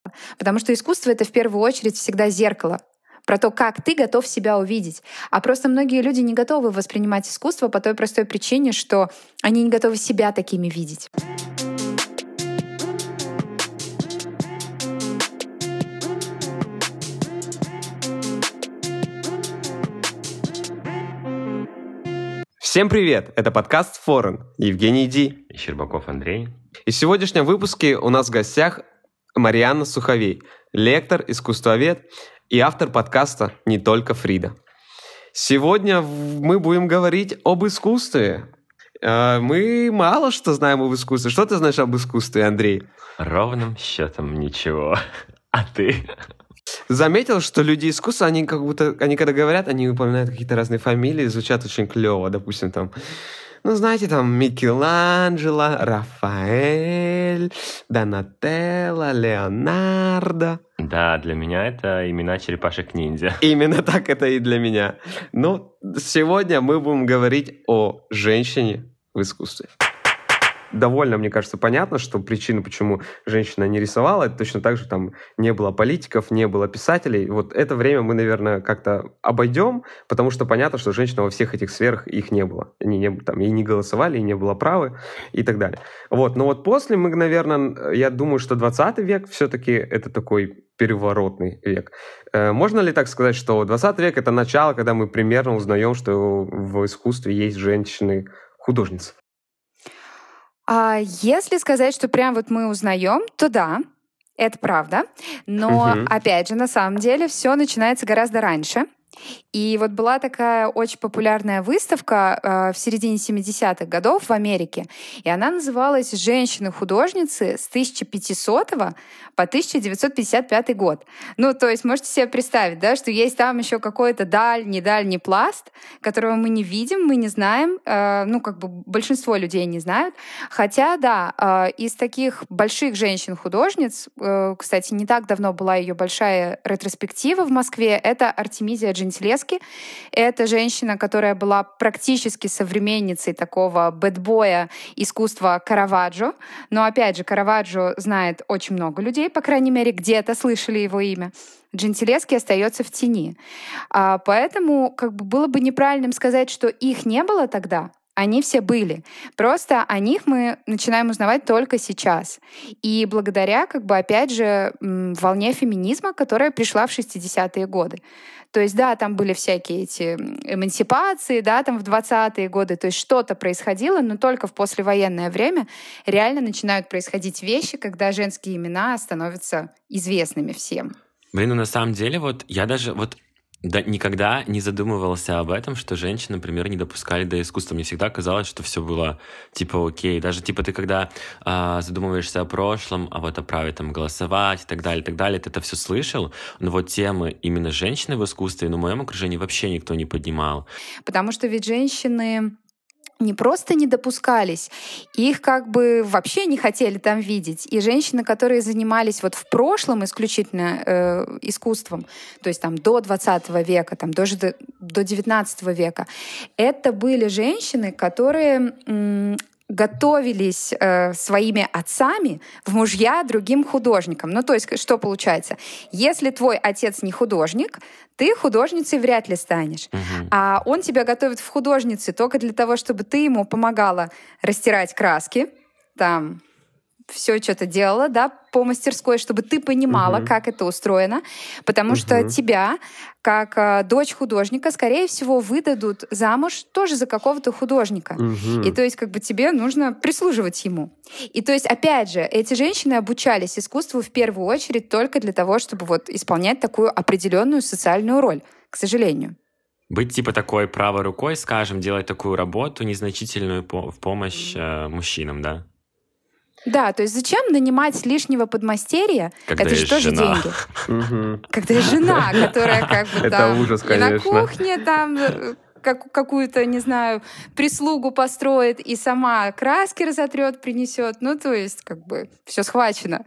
Потому что искусство — это в первую очередь всегда зеркало про то, как ты готов себя увидеть. А просто многие люди не готовы воспринимать искусство по той простой причине, что они не готовы себя такими видеть. Всем привет! Это подкаст «Форен». Евгений Ди. И Щербаков Андрей. И в сегодняшнем выпуске у нас в гостях Марианна Суховей, лектор, искусствовед и автор подкаста «Не только Фрида». Сегодня мы будем говорить об искусстве. Мы мало что знаем об искусстве. Что ты знаешь об искусстве, Андрей? Ровным счетом ничего. А ты? Заметил, что люди искусства, они когда говорят, они упоминают какие-то разные фамилии, звучат очень клево. Допустим, там, знаете, там Микеланджело, Рафаэль, Донателло, Леонардо. Да, для меня это имена черепашек-ниндзя. Именно так это и для меня. Но сегодня мы будем говорить о женщине в искусстве. Довольно, мне кажется, понятно, что причина, почему женщина не рисовала, это точно так же там не было политиков, не было писателей. Вот это время мы, наверное, как-то обойдем, потому что понятно, что женщина во всех этих сферах их не было. Они и не голосовали, и не было правы, и так далее. Вот. Но вот после мы, наверное, я думаю, что 20 век все-таки это такой переворотный век. Можно ли так сказать, что 20 век — это начало, когда мы примерно узнаем, что в искусстве есть женщины-художницы? Если сказать, что прям вот мы узнаем, то да, это правда. Но, опять же, на самом деле все начинается гораздо раньше. И вот была такая очень популярная выставка в середине 70-х годов в Америке, и она называлась «Женщины-художницы с 1500 по 1955 год». Ну, то есть можете себе представить, да, что есть там еще какой-то дальний пласт, которого мы не видим, мы не знаем, большинство людей не знают. Хотя, да, из таких больших женщин-художниц, кстати, не так давно была ее большая ретроспектива в Москве, это Артемизия Джентилески. Это женщина, которая была практически современницей такого бэдбоя искусства Караваджо. Но, опять же, Караваджо знает очень много людей, по крайней мере, где-то слышали его имя. Джентилески остается в тени. Поэтому было бы неправильным сказать, что их не было тогда. Они все были. Просто о них мы начинаем узнавать только сейчас. И благодаря, опять же, волне феминизма, которая пришла в 60-е годы. То есть, да, там были всякие эти эмансипации, да, там в 20-е годы, то есть что-то происходило, но только в послевоенное время реально начинают происходить вещи, когда женские имена становятся известными всем. На самом деле, я даже никогда не задумывался об этом, что женщин, например, не допускали до искусства. Мне всегда казалось, что все было окей. Даже ты когда задумываешься о прошлом, о праве голосовать и так далее, ты это все слышал, но темы именно женщины в искусстве, в моем окружении вообще никто не поднимал. Потому что ведь женщины не просто не допускались, их вообще не хотели там видеть. И женщины, которые занимались в прошлом исключительно искусством, то есть там до 20 века, там даже до 19 века, это были женщины, которые готовились своими отцами в мужья другим художникам. Ну, то есть, что получается? Если твой отец не художник, ты художницей вряд ли станешь. А он тебя готовит в художнице только для того, чтобы ты ему помогала растирать краски, там все что-то делала, да, по мастерской, чтобы ты понимала, как это устроено, потому что тебя, как дочь художника, скорее всего, выдадут замуж тоже за какого-то художника. И то есть тебе нужно прислуживать ему. И то есть, опять же, эти женщины обучались искусству в первую очередь только для того, чтобы исполнять такую определенную социальную роль, к сожалению. Быть такой правой рукой, скажем, делать такую работу незначительную в помощь мужчинам, да? Да, то есть зачем нанимать лишнего подмастерья? Когда это же тоже деньги. Когда есть жена, которая это ужас, конечно. И на кухне там какую-то, не знаю, прислугу построит и сама краски разотрет, принесет. Ну, то есть все схвачено.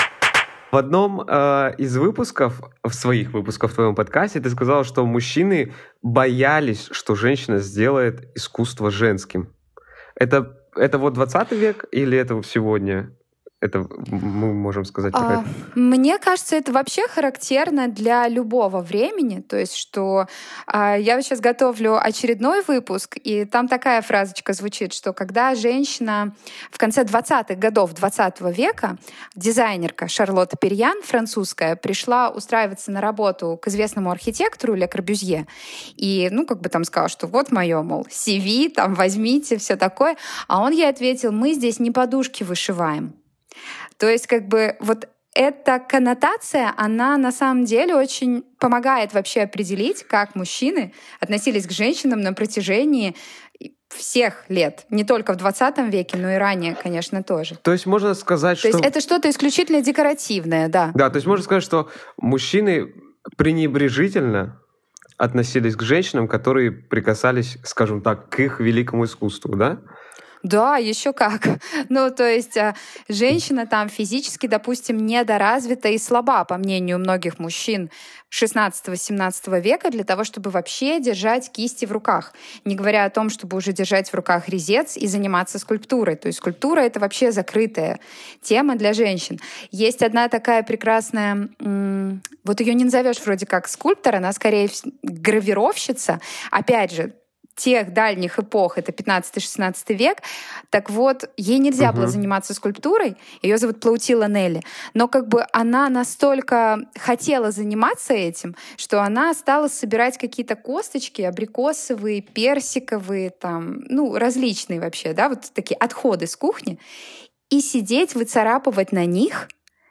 В одном из выпусков, в своих выпусках в твоем подкасте, ты сказала, что мужчины боялись, что женщина сделает искусство женским. Это 20 век или это сегодня? это мы можем сказать про это? Мне кажется, это вообще характерно для любого времени. То есть, что я сейчас готовлю очередной выпуск, и там такая фразочка звучит, что когда женщина в конце 20-х годов 20 века, дизайнерка Шарлотта Перьян, французская, пришла устраиваться на работу к известному архитектору Ле Корбюзье, и, там сказала, что вот мое, мол, CV, там возьмите, все такое. А он ей ответил: мы здесь не подушки вышиваем. То есть вот эта коннотация, она на самом деле очень помогает вообще определить, как мужчины относились к женщинам на протяжении всех лет. Не только в 20 веке, но и ранее, конечно, тоже. То есть можно сказать, что... То есть это что-то исключительно декоративное, да. Да, то есть можно сказать, что мужчины пренебрежительно относились к женщинам, которые прикасались, скажем так, к их великому искусству, да? Да, еще как. То есть женщина там физически, допустим, недоразвита и слаба, по мнению многих мужчин 16-17 века, для того, чтобы вообще держать кисти в руках. Не говоря о том, чтобы уже держать в руках резец и заниматься скульптурой. То есть скульптура — это вообще закрытая тема для женщин. Есть одна такая прекрасная... Вот ее не назовешь вроде как скульптор, она скорее гравировщица. Опять же, тех дальних эпох, это 15-16 век, так вот, ей нельзя было заниматься скульптурой, ее зовут Плаутила Нелли, но она настолько хотела заниматься этим, что она стала собирать какие-то косточки абрикосовые, персиковые, различные вообще, да, вот такие отходы с кухни, и сидеть, выцарапывать на них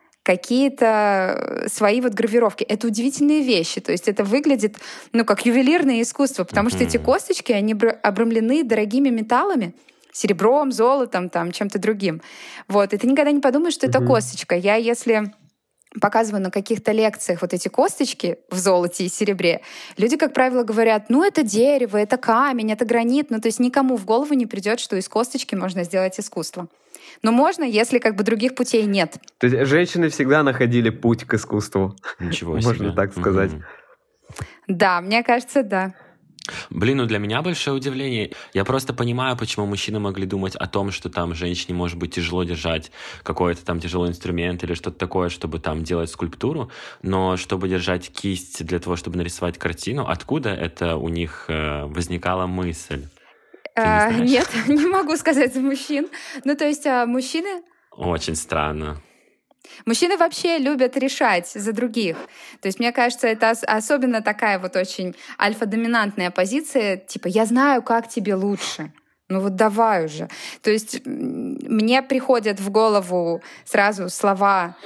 какие-то свои гравировки. Это удивительные вещи. То есть это выглядит, как ювелирное искусство, потому что эти косточки, они обрамлены дорогими металлами, серебром, золотом, чем-то другим. Вот. И ты никогда не подумаешь, что это косточка. Я, если показываю на каких-то лекциях вот эти косточки в золоте и серебре, люди, как правило, говорят: это дерево, это камень, это гранит. То есть никому в голову не придет, что из косточки можно сделать искусство. Но можно, если других путей нет. То есть женщины всегда находили путь к искусству. Ничего себе. Можно так сказать. Да, мне кажется, да. Для меня большое удивление. Я просто понимаю, почему мужчины могли думать о том, что женщине может быть тяжело держать какой-то тяжелый инструмент или что-то такое, чтобы делать скульптуру, но чтобы держать кисть для того, чтобы нарисовать картину, откуда это у них возникала мысль? Нет, не могу сказать за мужчин. То есть мужчины... Очень странно. Мужчины вообще любят решать за других. То есть, мне кажется, это особенно такая очень альфа-доминантная позиция, типа «я знаю, как тебе лучше». Давай уже. То есть мне приходят в голову сразу слова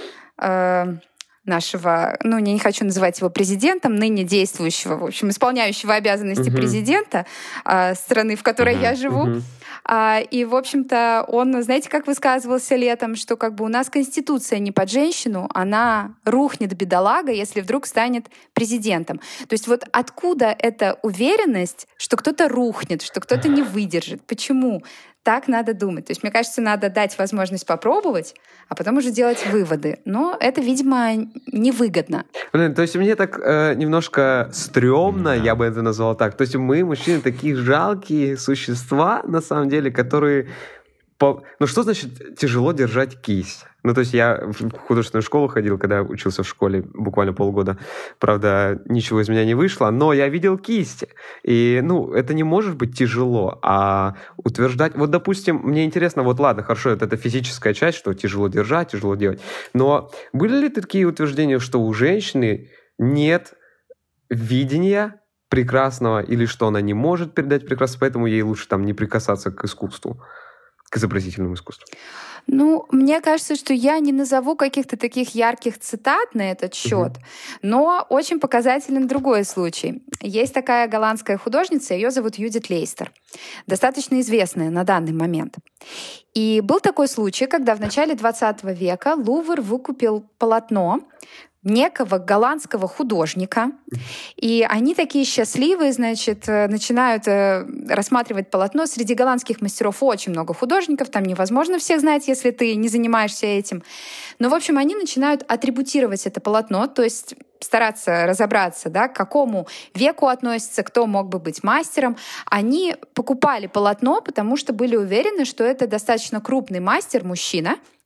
нашего, я не хочу называть его президентом, ныне действующего, в общем, исполняющего обязанности президента страны, в которой я живу. И, в общем-то, он, знаете, как высказывался летом, что у нас Конституция не под женщину, она рухнет, бедолага, если вдруг станет президентом. То есть откуда эта уверенность, что кто-то рухнет, что кто-то не выдержит? Почему? Так надо думать. То есть, мне кажется, надо дать возможность попробовать, а потом уже делать выводы. Но это, видимо, невыгодно. То есть мне так немножко стрёмно, я бы это назвал так. То есть мы, мужчины, такие жалкие существа, на самом деле, которые... что значит тяжело держать кисть? То есть я в художественную школу ходил, когда учился в школе буквально полгода. Правда, ничего из меня не вышло, но я видел кисти. И, это не может быть тяжело. А утверждать... допустим, мне интересно, ладно, хорошо, это физическая часть, что тяжело держать, тяжело делать. Но были ли такие утверждения, что у женщины нет видения прекрасного, или что она не может передать прекрасно, поэтому ей лучше не прикасаться к искусству, к изобразительному искусству? Мне кажется, что я не назову каких-то таких ярких цитат на этот счет, но очень показателен другой случай. Есть такая голландская художница, ее зовут Юдит Лейстер, достаточно известная на данный момент. И был такой случай, когда в начале 20 века Лувр выкупил полотно некого голландского художника. И они такие счастливые, начинают рассматривать полотно. Среди голландских мастеров очень много художников, там невозможно всех знать, если ты не занимаешься этим. Но, в общем, они начинают атрибутировать это полотно, то есть стараться разобраться, к какому веку относится, кто мог бы быть мастером. Они покупали полотно, потому что были уверены, что это достаточно крупный мастер, мужчина,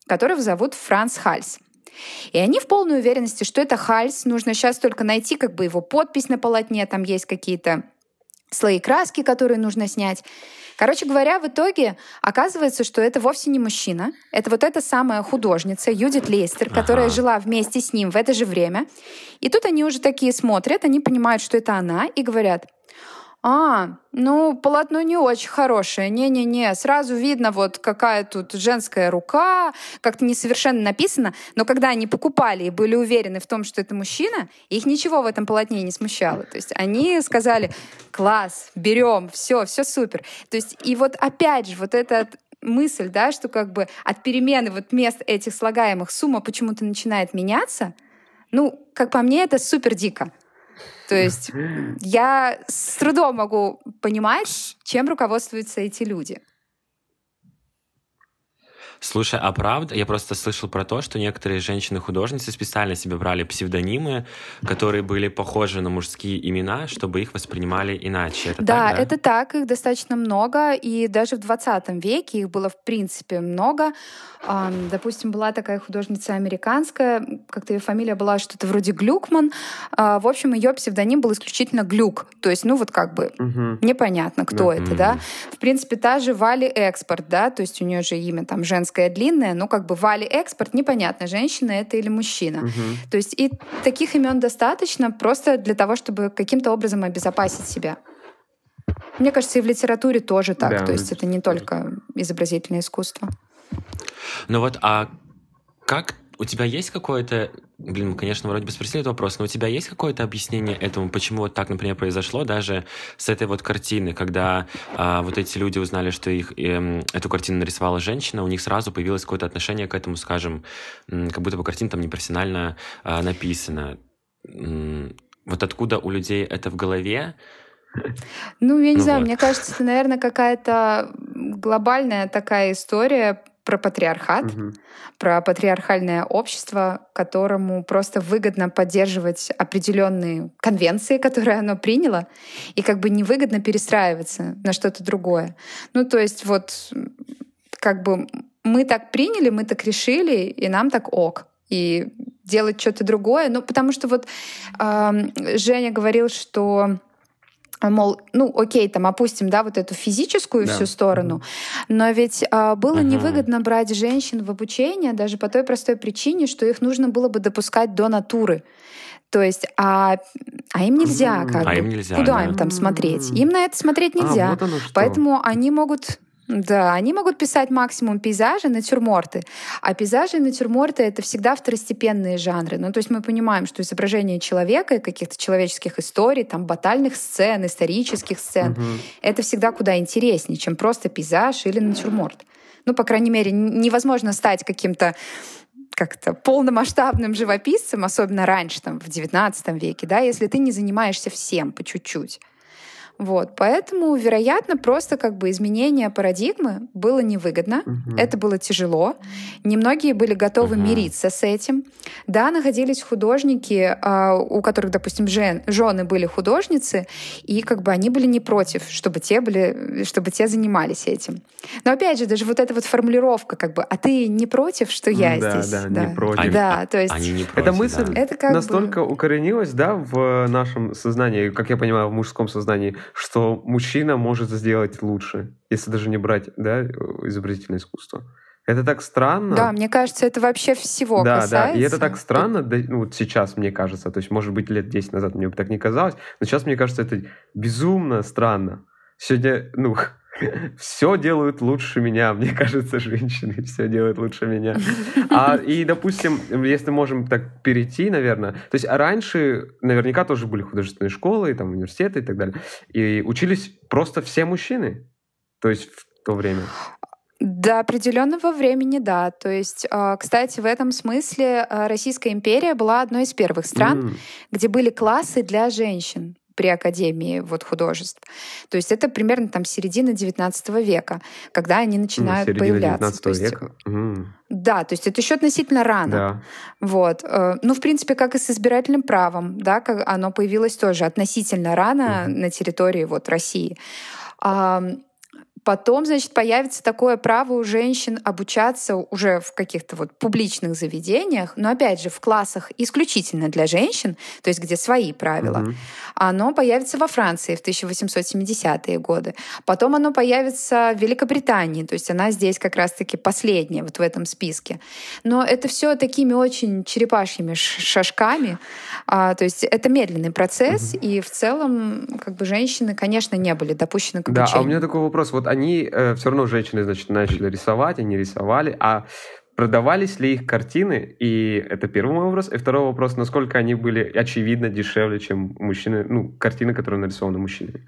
которого зовут Франц Хальс. И они в полной уверенности, что это Хальс. Нужно сейчас только найти как бы его подпись на полотне. Там есть какие-то слои краски, которые нужно снять. Короче говоря, в итоге оказывается, что это вовсе не мужчина. Это вот эта самая художница Юдит Лейстер, которая жила вместе с ним в это же время. И тут они уже такие смотрят, они понимают, что это она, и говорят: ну, полотно не очень хорошее. Не-не-не, сразу видно, вот какая тут женская рука, как-то несовершенно написано. Но когда они покупали и были уверены в том, что это мужчина, их ничего в этом полотне не смущало. То есть они сказали: класс, берем, все супер. То есть и вот опять же, вот эта мысль, да, что как бы от перемены вот мест этих слагаемых сумма почему-то начинает меняться, ну, как по мне, это супер дико. То есть я с трудом могу понимать, чем руководствуются эти люди. Слушай, а правда, я просто слышал про то, что некоторые женщины-художницы специально себе брали псевдонимы, которые были похожи на мужские имена, чтобы их воспринимали иначе. Это да, так, да? Это так, их достаточно много, и даже в 20 веке их было в принципе много. Допустим, была такая художница американская, как-то ее фамилия была что-то вроде Глюкман. В общем, ее псевдоним был исключительно Глюк. То есть, ну вот как бы непонятно, кто это, да. В принципе, та же Вали Экспорт, да, то есть у нее же имя там женское длинное, но как бы Вали Экспорт, непонятно, женщина это или мужчина. То есть и таких имен достаточно просто для того, чтобы каким-то образом обезопасить себя. Мне кажется, и в литературе тоже так. Да, то есть это не только изобразительное искусство. Ну вот, а как у тебя есть какое-то... Блин, конечно, вроде бы спросили этот вопрос, но у тебя есть какое-то объяснение этому, почему вот так, например, произошло даже с этой вот картины, когда вот эти люди узнали, что эту картину нарисовала женщина, у них сразу появилось какое-то отношение к этому, скажем, как будто бы картина там непрофессионально написана. Вот откуда у людей это в голове? Ну, я не знаю, мне кажется, это, наверное, какая-то глобальная такая история про патриархат, про патриархальное общество, которому просто выгодно поддерживать определенные конвенции, которые оно приняло, и как бы невыгодно перестраиваться на что-то другое. Ну, то есть вот как бы мы так приняли, мы так решили, и нам так ок. И делать что-то другое. Ну, потому что вот Женя говорил, что мол, ну окей, там опустим, да, вот эту физическую всю сторону, но ведь было невыгодно брать женщин в обучение даже по той простой причине, что их нужно было бы допускать до натуры. То есть, а им нельзя, как бы. Им нельзя, куда им там смотреть? Им на это смотреть нельзя. Вот поэтому они могут... Да, они могут писать максимум пейзажи, натюрморты. А пейзажи и натюрморты — это всегда второстепенные жанры. Ну, то есть мы понимаем, что изображение человека и каких-то человеческих историй, там, батальных сцен, исторических сцен — это всегда куда интереснее, чем просто пейзаж или натюрморт. Ну, по крайней мере, невозможно стать каким-то как-то полномасштабным живописцем, особенно раньше, там, в XIX веке, да, если ты не занимаешься всем по чуть-чуть. Вот, поэтому, вероятно, просто как бы изменение парадигмы было невыгодно, это было тяжело, немногие были готовы мириться с этим. Да, находились художники, у которых, допустим, жены были художницы, и как бы они были не против, чтобы те занимались этим. Но опять же, даже вот эта вот формулировка, как бы, а ты не против, что я здесь? Да, не против. То есть они не против, эта мысль это настолько укоренилась, да, в нашем сознании, как я понимаю, в мужском сознании, что мужчина может сделать лучше, если даже не брать, да, изобразительное искусство. Это так странно. Да, мне кажется, это вообще всего касается. Да, и это так странно, да, ну, вот сейчас, мне кажется, то есть, может быть, лет 10 назад мне бы так не казалось, но сейчас, мне кажется, это безумно странно. Сегодня, ну, все делают лучше меня, мне кажется, женщины все делают лучше меня. И, допустим, если можем так перейти, наверное, то есть раньше наверняка тоже были художественные школы, там, университеты и так далее, и учились просто все мужчины, то есть в то время. До определенного времени, да. То есть, кстати, в этом смысле Российская империя была одной из первых стран, где были классы для женщин при Академии вот, художеств. То есть это примерно там середина XIX века, когда они начинают появляться. Середина XIX века? Да, то есть это еще относительно рано. Да. Вот. Ну, в принципе, как и с избирательным правом, да, как оно появилось тоже относительно рано на территории вот, России. Потом, значит, появится такое право у женщин обучаться уже в каких-то вот публичных заведениях, но, опять же, в классах исключительно для женщин, то есть где свои правила. Оно появится во Франции в 1870-е годы. Потом оно появится в Великобритании, то есть она здесь как раз-таки последняя вот в этом списке. Но это все такими очень черепашьими шажками, то есть это медленный процесс, и в целом как бы женщины, конечно, не были допущены к обучению. Да, а у меня такой вопрос. Вот они все равно, женщины, значит, начали рисовать, они рисовали, а продавались ли их картины? И это первый мой вопрос. И второй вопрос, насколько они были, очевидно, дешевле, чем мужчины, ну, картины, которые нарисованы мужчинами?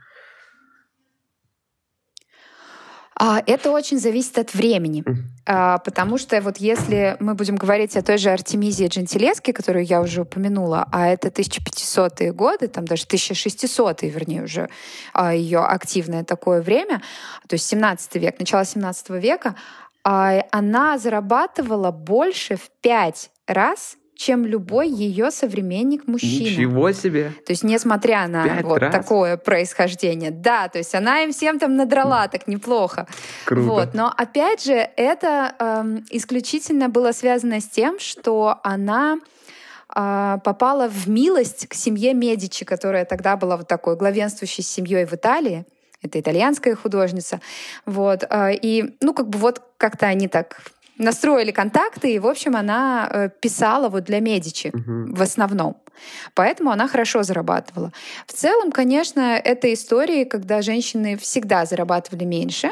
Это очень зависит от времени, потому что вот если мы будем говорить о той же Артемизии Джентилески, которую я уже упомянула, а это 1500-е годы, там даже 1600-е, вернее, уже ее активное такое время, то есть 17 век, начало 17 века, она зарабатывала больше в 5 раз, чем любой ее современник-мужчина. Ничего себе! То есть несмотря на вот такое происхождение. Да, то есть она им всем там надрала так неплохо. Круто. Вот. Но опять же, это исключительно было связано с тем, что она попала в милость к семье Медичи, которая тогда была вот такой главенствующей семьей в Италии. Это итальянская художница. Вот. И, ну, как бы вот как-то они так настроили контакты, и, в общем, она писала вот для Медичи в основном. Поэтому она хорошо зарабатывала. В целом, конечно, это истории, когда женщины всегда зарабатывали меньше.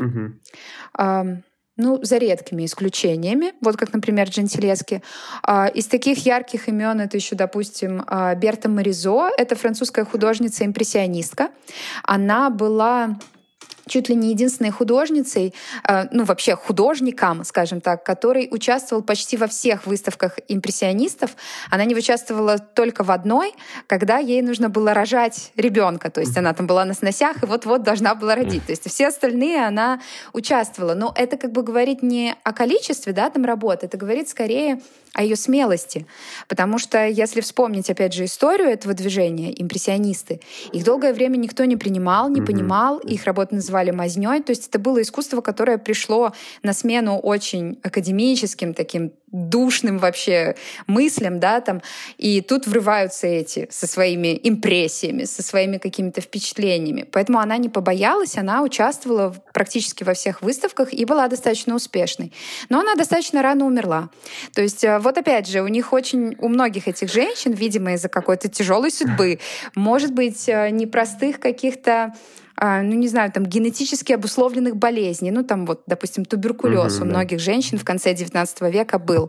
Ну, за редкими исключениями. Вот как, например, Джентилески. Из таких ярких имен это еще, допустим, Берта Моризо. Это французская художница-импрессионистка. Она была чуть ли не единственной художницей, ну вообще художником, скажем так, который участвовал почти во всех выставках импрессионистов. Она не участвовала только в одной, когда ей нужно было рожать ребенка. То есть она там была на сносях и вот-вот должна была родить. То есть все остальные она участвовала. Но это как бы говорит не о количестве, да, там работы, это говорит скорее о ее смелости. Потому что если вспомнить, опять же, историю этого движения, импрессионисты, их долгое время никто не принимал, не понимал, их работы называли мазнёй. То есть это было искусство, которое пришло на смену очень академическим, таким душным вообще мыслям, да, там. И тут врываются эти со своими импрессиями, со своими какими-то впечатлениями. Поэтому она не побоялась, она участвовала практически во всех выставках и была достаточно успешной. Но она достаточно рано умерла. То есть вот опять же, у многих этих женщин, видимо, из-за какой-то тяжелой судьбы, может быть, непростых каких-то, ну, не знаю, там, генетически обусловленных болезней. Ну, там, вот, допустим, туберкулез у многих женщин в конце XIX века был.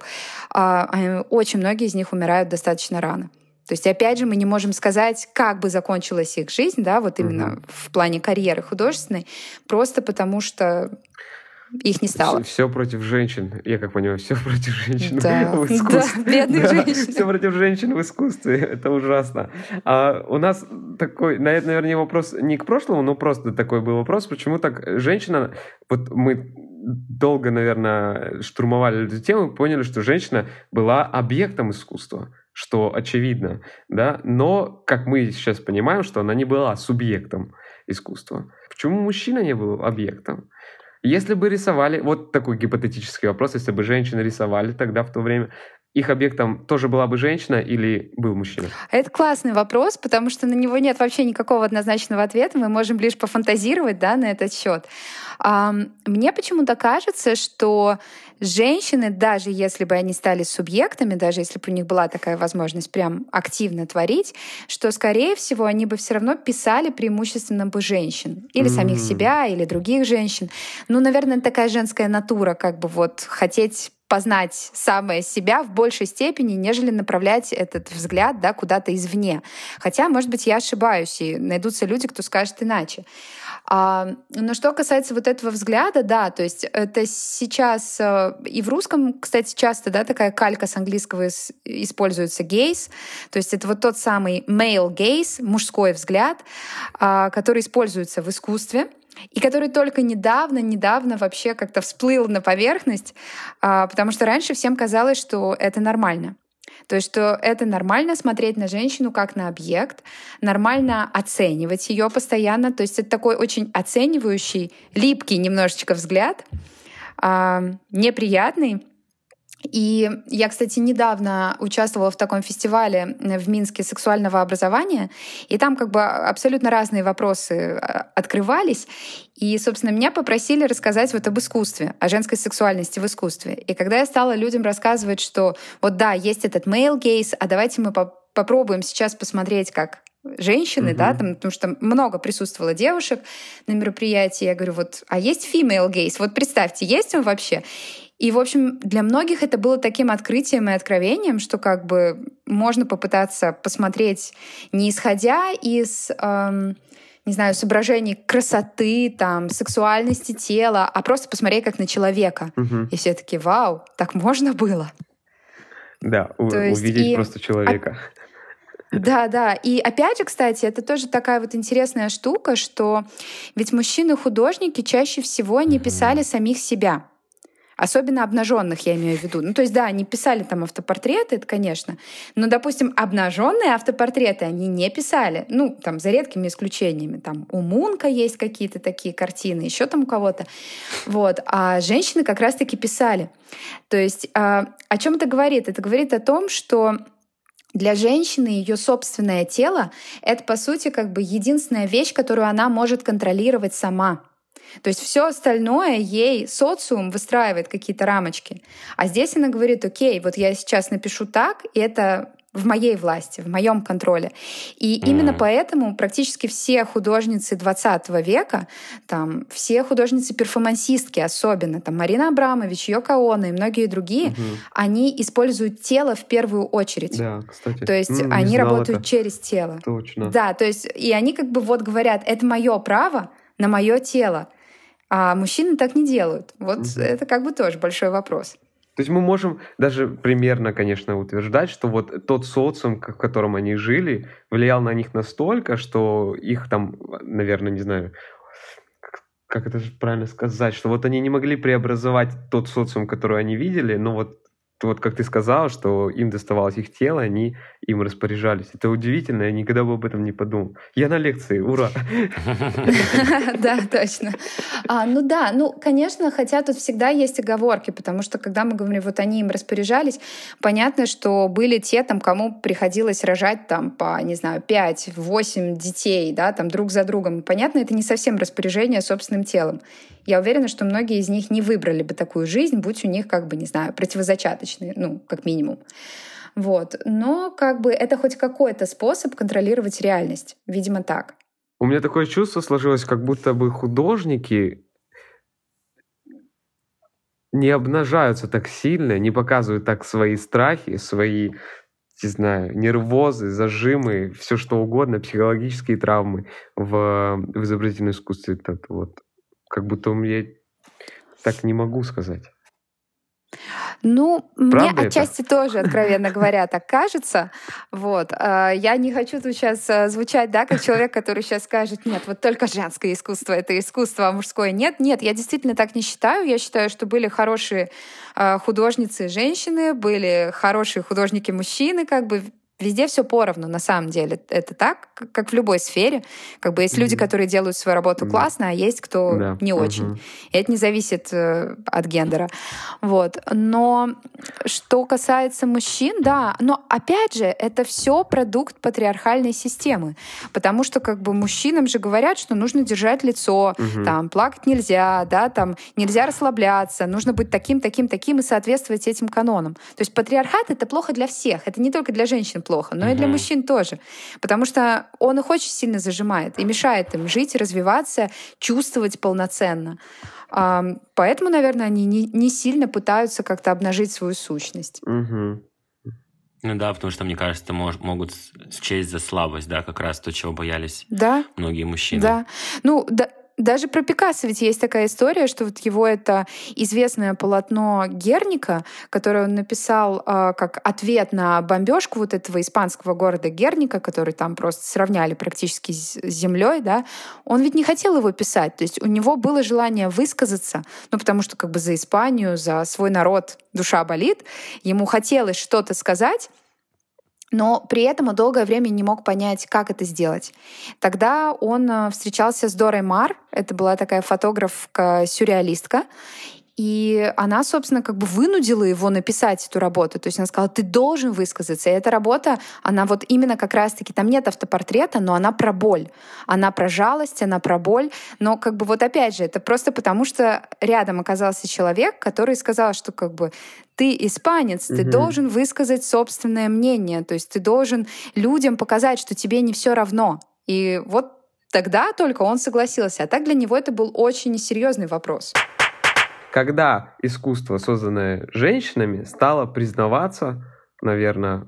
Очень многие из них умирают достаточно рано. То есть, опять же, мы не можем сказать, как бы закончилась их жизнь, да, вот именно в плане карьеры художественной, просто потому что их не стало. Все против женщин. Я как понимаю, все против женщин в искусстве. Да, бедных женщин. Все против женщин в искусстве. Это ужасно. У нас такой, наверное, вопрос не к прошлому, но просто такой был вопрос. Почему так женщина... Вот мы долго, наверное, штурмовали эту тему и поняли, что женщина была объектом искусства, что очевидно, да? Но, как мы сейчас понимаем, что она не была субъектом искусства. Почему мужчина не был объектом? Если бы рисовали, вот такой гипотетический вопрос, если бы женщины рисовали тогда в то время, их объектом тоже была бы женщина или был мужчина? Это классный вопрос, потому что на него нет вообще никакого однозначного ответа. Мы можем лишь пофантазировать, да, на этот счет. Мне почему-то кажется, что женщины, даже если бы они стали субъектами, даже если бы у них была такая возможность прям активно творить, что, скорее всего, они бы все равно писали преимущественно бы женщин. Или самих себя, или других женщин. Ну, наверное, такая женская натура, как бы вот хотеть познать самое себя в большей степени, нежели направлять этот взгляд, да, куда-то извне. Хотя, может быть, я ошибаюсь, и найдутся люди, кто скажет иначе. Но что касается вот этого взгляда, да, то есть это сейчас и в русском, кстати, часто, да, такая калька с английского используется gaze, то есть это вот тот самый male gaze, мужской взгляд, который используется в искусстве, и который только недавно вообще как-то всплыл на поверхность, потому что раньше всем казалось, что это нормально. То есть, что это нормально смотреть на женщину как на объект, нормально оценивать ее постоянно. То есть это такой очень оценивающий, липкий немножечко взгляд, неприятный. И я, кстати, недавно участвовала в таком фестивале в Минске сексуального образования, и там как бы абсолютно разные вопросы открывались. И, собственно, меня попросили рассказать вот об искусстве, о женской сексуальности в искусстве. И когда я стала людям рассказывать, что вот да, есть этот male gaze, а давайте мы попробуем сейчас посмотреть, как женщины, да, там, потому что много присутствовало девушек на мероприятии. Я говорю, вот, а есть female gaze? Вот представьте, есть он вообще? И, в общем, для многих это было таким открытием и откровением, что как бы можно попытаться посмотреть, не исходя из, не знаю, соображений красоты, там, сексуальности тела, а просто посмотреть как на человека. И все таки вау, так можно было? Да, увидеть просто человека. Да. И опять же, кстати, это тоже такая вот интересная штука, что ведь мужчины-художники чаще всего не писали самих себя. Особенно обнаженных, я имею в виду. Ну, то есть, да, они писали там автопортреты, это, конечно. Но, допустим, обнаженные автопортреты они не писали. Ну, там, за редкими исключениями. Там у Мунка есть какие-то такие картины, еще там у кого-то. Вот. А женщины как раз-таки писали. То есть, о чем это говорит? Это говорит о том, что для женщины ее собственное тело — это, по сути, как бы единственная вещь, которую она может контролировать сама. То есть все остальное ей социум выстраивает какие-то рамочки. А здесь она говорит, окей, вот я сейчас напишу так, и это в моей власти, в моем контроле. И именно поэтому практически все художницы 20 века, там, все художницы-перформансистки особенно, там, Марина Абрамович, Йоко Оно и многие другие, они используют тело в первую очередь. Да, кстати. То есть они работают это. Через тело. Точно. Да, то есть и они как бы вот говорят, это мое право на мое тело. А мужчины так не делают. Вот это как бы тоже большой вопрос. То есть мы можем даже примерно, конечно, утверждать, что вот тот социум, в котором они жили, влиял на них настолько, что их там, наверное, не знаю, как это же правильно сказать, что вот они не могли преобразовать тот социум, который они видели, но вот как ты сказала, что им доставалось их тело, они им распоряжались. Это удивительно, я никогда бы об этом не подумал. Я на лекции, ура! Да, точно. Конечно, хотя тут всегда есть оговорки, потому что когда мы говорим, вот они им распоряжались, понятно, что были те, там, кому приходилось рожать там по, не знаю, 5-8 детей, да, там друг за другом. Понятно, это не совсем распоряжение собственным телом. Я уверена, что многие из них не выбрали бы такую жизнь, будь у них, как бы, не знаю, противозачаточные, ну, как минимум. Вот. Но как бы это хоть какой-то способ контролировать реальность. Видимо, так. У меня такое чувство сложилось, как будто бы художники не обнажаются так сильно, не показывают так свои страхи, свои, не знаю, нервозы, зажимы, все что угодно, психологические травмы в изобразительном искусстве. Это вот. Как будто я так не могу сказать. Ну, Правда мне отчасти тоже, откровенно говоря, так кажется. Вот. Я не хочу тут сейчас звучать, да, как человек, который сейчас скажет, нет, вот только женское искусство — это искусство, а мужское нет. Нет, я действительно так не считаю. Я считаю, что были хорошие художницы-женщины, были хорошие художники-мужчины, как бы везде все поровну, на самом деле. Это так, как в любой сфере. Как бы есть люди, которые делают свою работу классно, а есть кто не очень. И это не зависит от гендера. Вот. Но что касается мужчин, да, но опять же, это все продукт патриархальной системы. Потому что как бы мужчинам же говорят, что нужно держать лицо, там, плакать нельзя, да, там, нельзя расслабляться, нужно быть таким, таким, таким и соответствовать этим канонам. То есть патриархат — это плохо для всех. Это не только для женщин плохо, но и для мужчин тоже. Потому что он их очень сильно зажимает и мешает им жить, развиваться, чувствовать полноценно. Поэтому, наверное, они не сильно пытаются как-то обнажить свою сущность. Ну да, потому что, мне кажется, это могут счесть за слабость, да, как раз то, чего боялись многие мужчины. Да. Ну, да. Даже про Пикассо ведь есть такая история, что вот его это известное полотно Герника, которое он написал как ответ на бомбежку вот этого испанского города Герника, который там просто сравняли практически с землей, да, он ведь не хотел его писать. То есть у него было желание высказаться, ну потому что как бы за Испанию, за свой народ душа болит, ему хотелось что-то сказать, но при этом он долгое время не мог понять, как это сделать. Тогда он встречался с Дорой Мар, это была такая фотографка-сюрреалистка, и она, собственно, как бы вынудила его написать эту работу. То есть она сказала, ты должен высказаться. И эта работа, она вот именно как раз-таки, там нет автопортрета, но она про боль. Она про жалость, она про боль. Но как бы вот опять же, это просто потому, что рядом оказался человек, который сказал, что как бы ты испанец, ты должен высказать собственное мнение. То есть ты должен людям показать, что тебе не все равно. И вот тогда только он согласился. А так для него это был очень серьезный вопрос. Когда искусство, созданное женщинами, стало признаваться, наверное,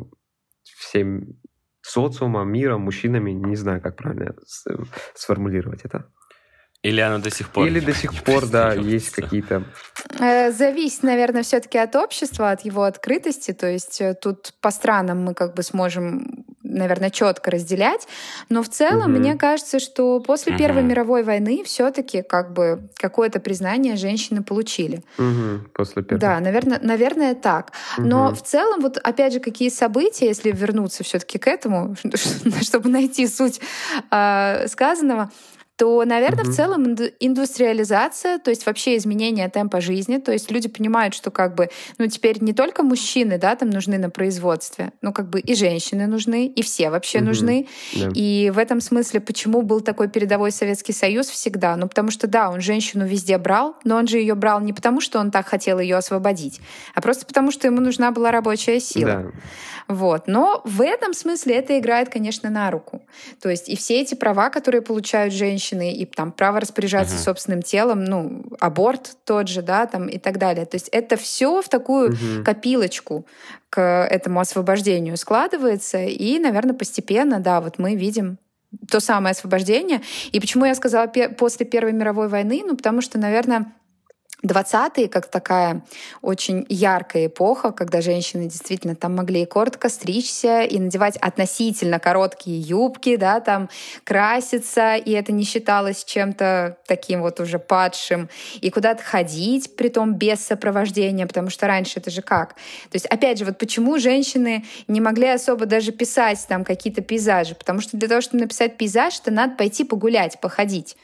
всем социумом, миром, мужчинами, не знаю, как правильно сформулировать это. Или оно до сих пор? Или до сих пор, да, есть какие-то... Зависит, наверное, все-таки от общества, от его открытости. То есть тут по странам мы как бы сможем, наверное, четко разделять. Но в целом, мне кажется, что после Первой мировой войны все-таки как бы какое-то признание женщины получили. После Первой. Да, наверное, так. Но в целом, вот опять же, какие события, если вернуться все-таки к этому, чтобы найти суть сказанного, то, наверное, в целом индустриализация, то есть вообще изменение темпа жизни, то есть люди понимают, что как бы, ну, теперь не только мужчины, да, там нужны на производстве, ну, как бы и женщины нужны, и все вообще нужны. Да. И в этом смысле, почему был такой передовой Советский Союз всегда? Ну, потому что, да, он женщину везде брал, но он же ее брал не потому, что он так хотел ее освободить, а просто потому, что ему нужна была рабочая сила. Да. Вот. Но в этом смысле это играет, конечно, на руку. То есть и все эти права, которые получают женщины, и там право распоряжаться собственным телом, ну, аборт тот же, да, там и так далее. То есть это все в такую копилочку к этому освобождению складывается, и, наверное, постепенно, да, вот мы видим то самое освобождение. И почему я сказала после Первой мировой войны? Ну, потому что, наверное, 20-е, как такая очень яркая эпоха, когда женщины действительно там могли и коротко стричься, и надевать относительно короткие юбки, да, там краситься, и это не считалось чем-то таким вот уже падшим, и куда-то ходить, притом без сопровождения, потому что раньше это же как? То есть, опять же, вот почему женщины не могли особо даже писать там какие-то пейзажи? Потому что для того, чтобы написать пейзаж, это надо пойти погулять, походить.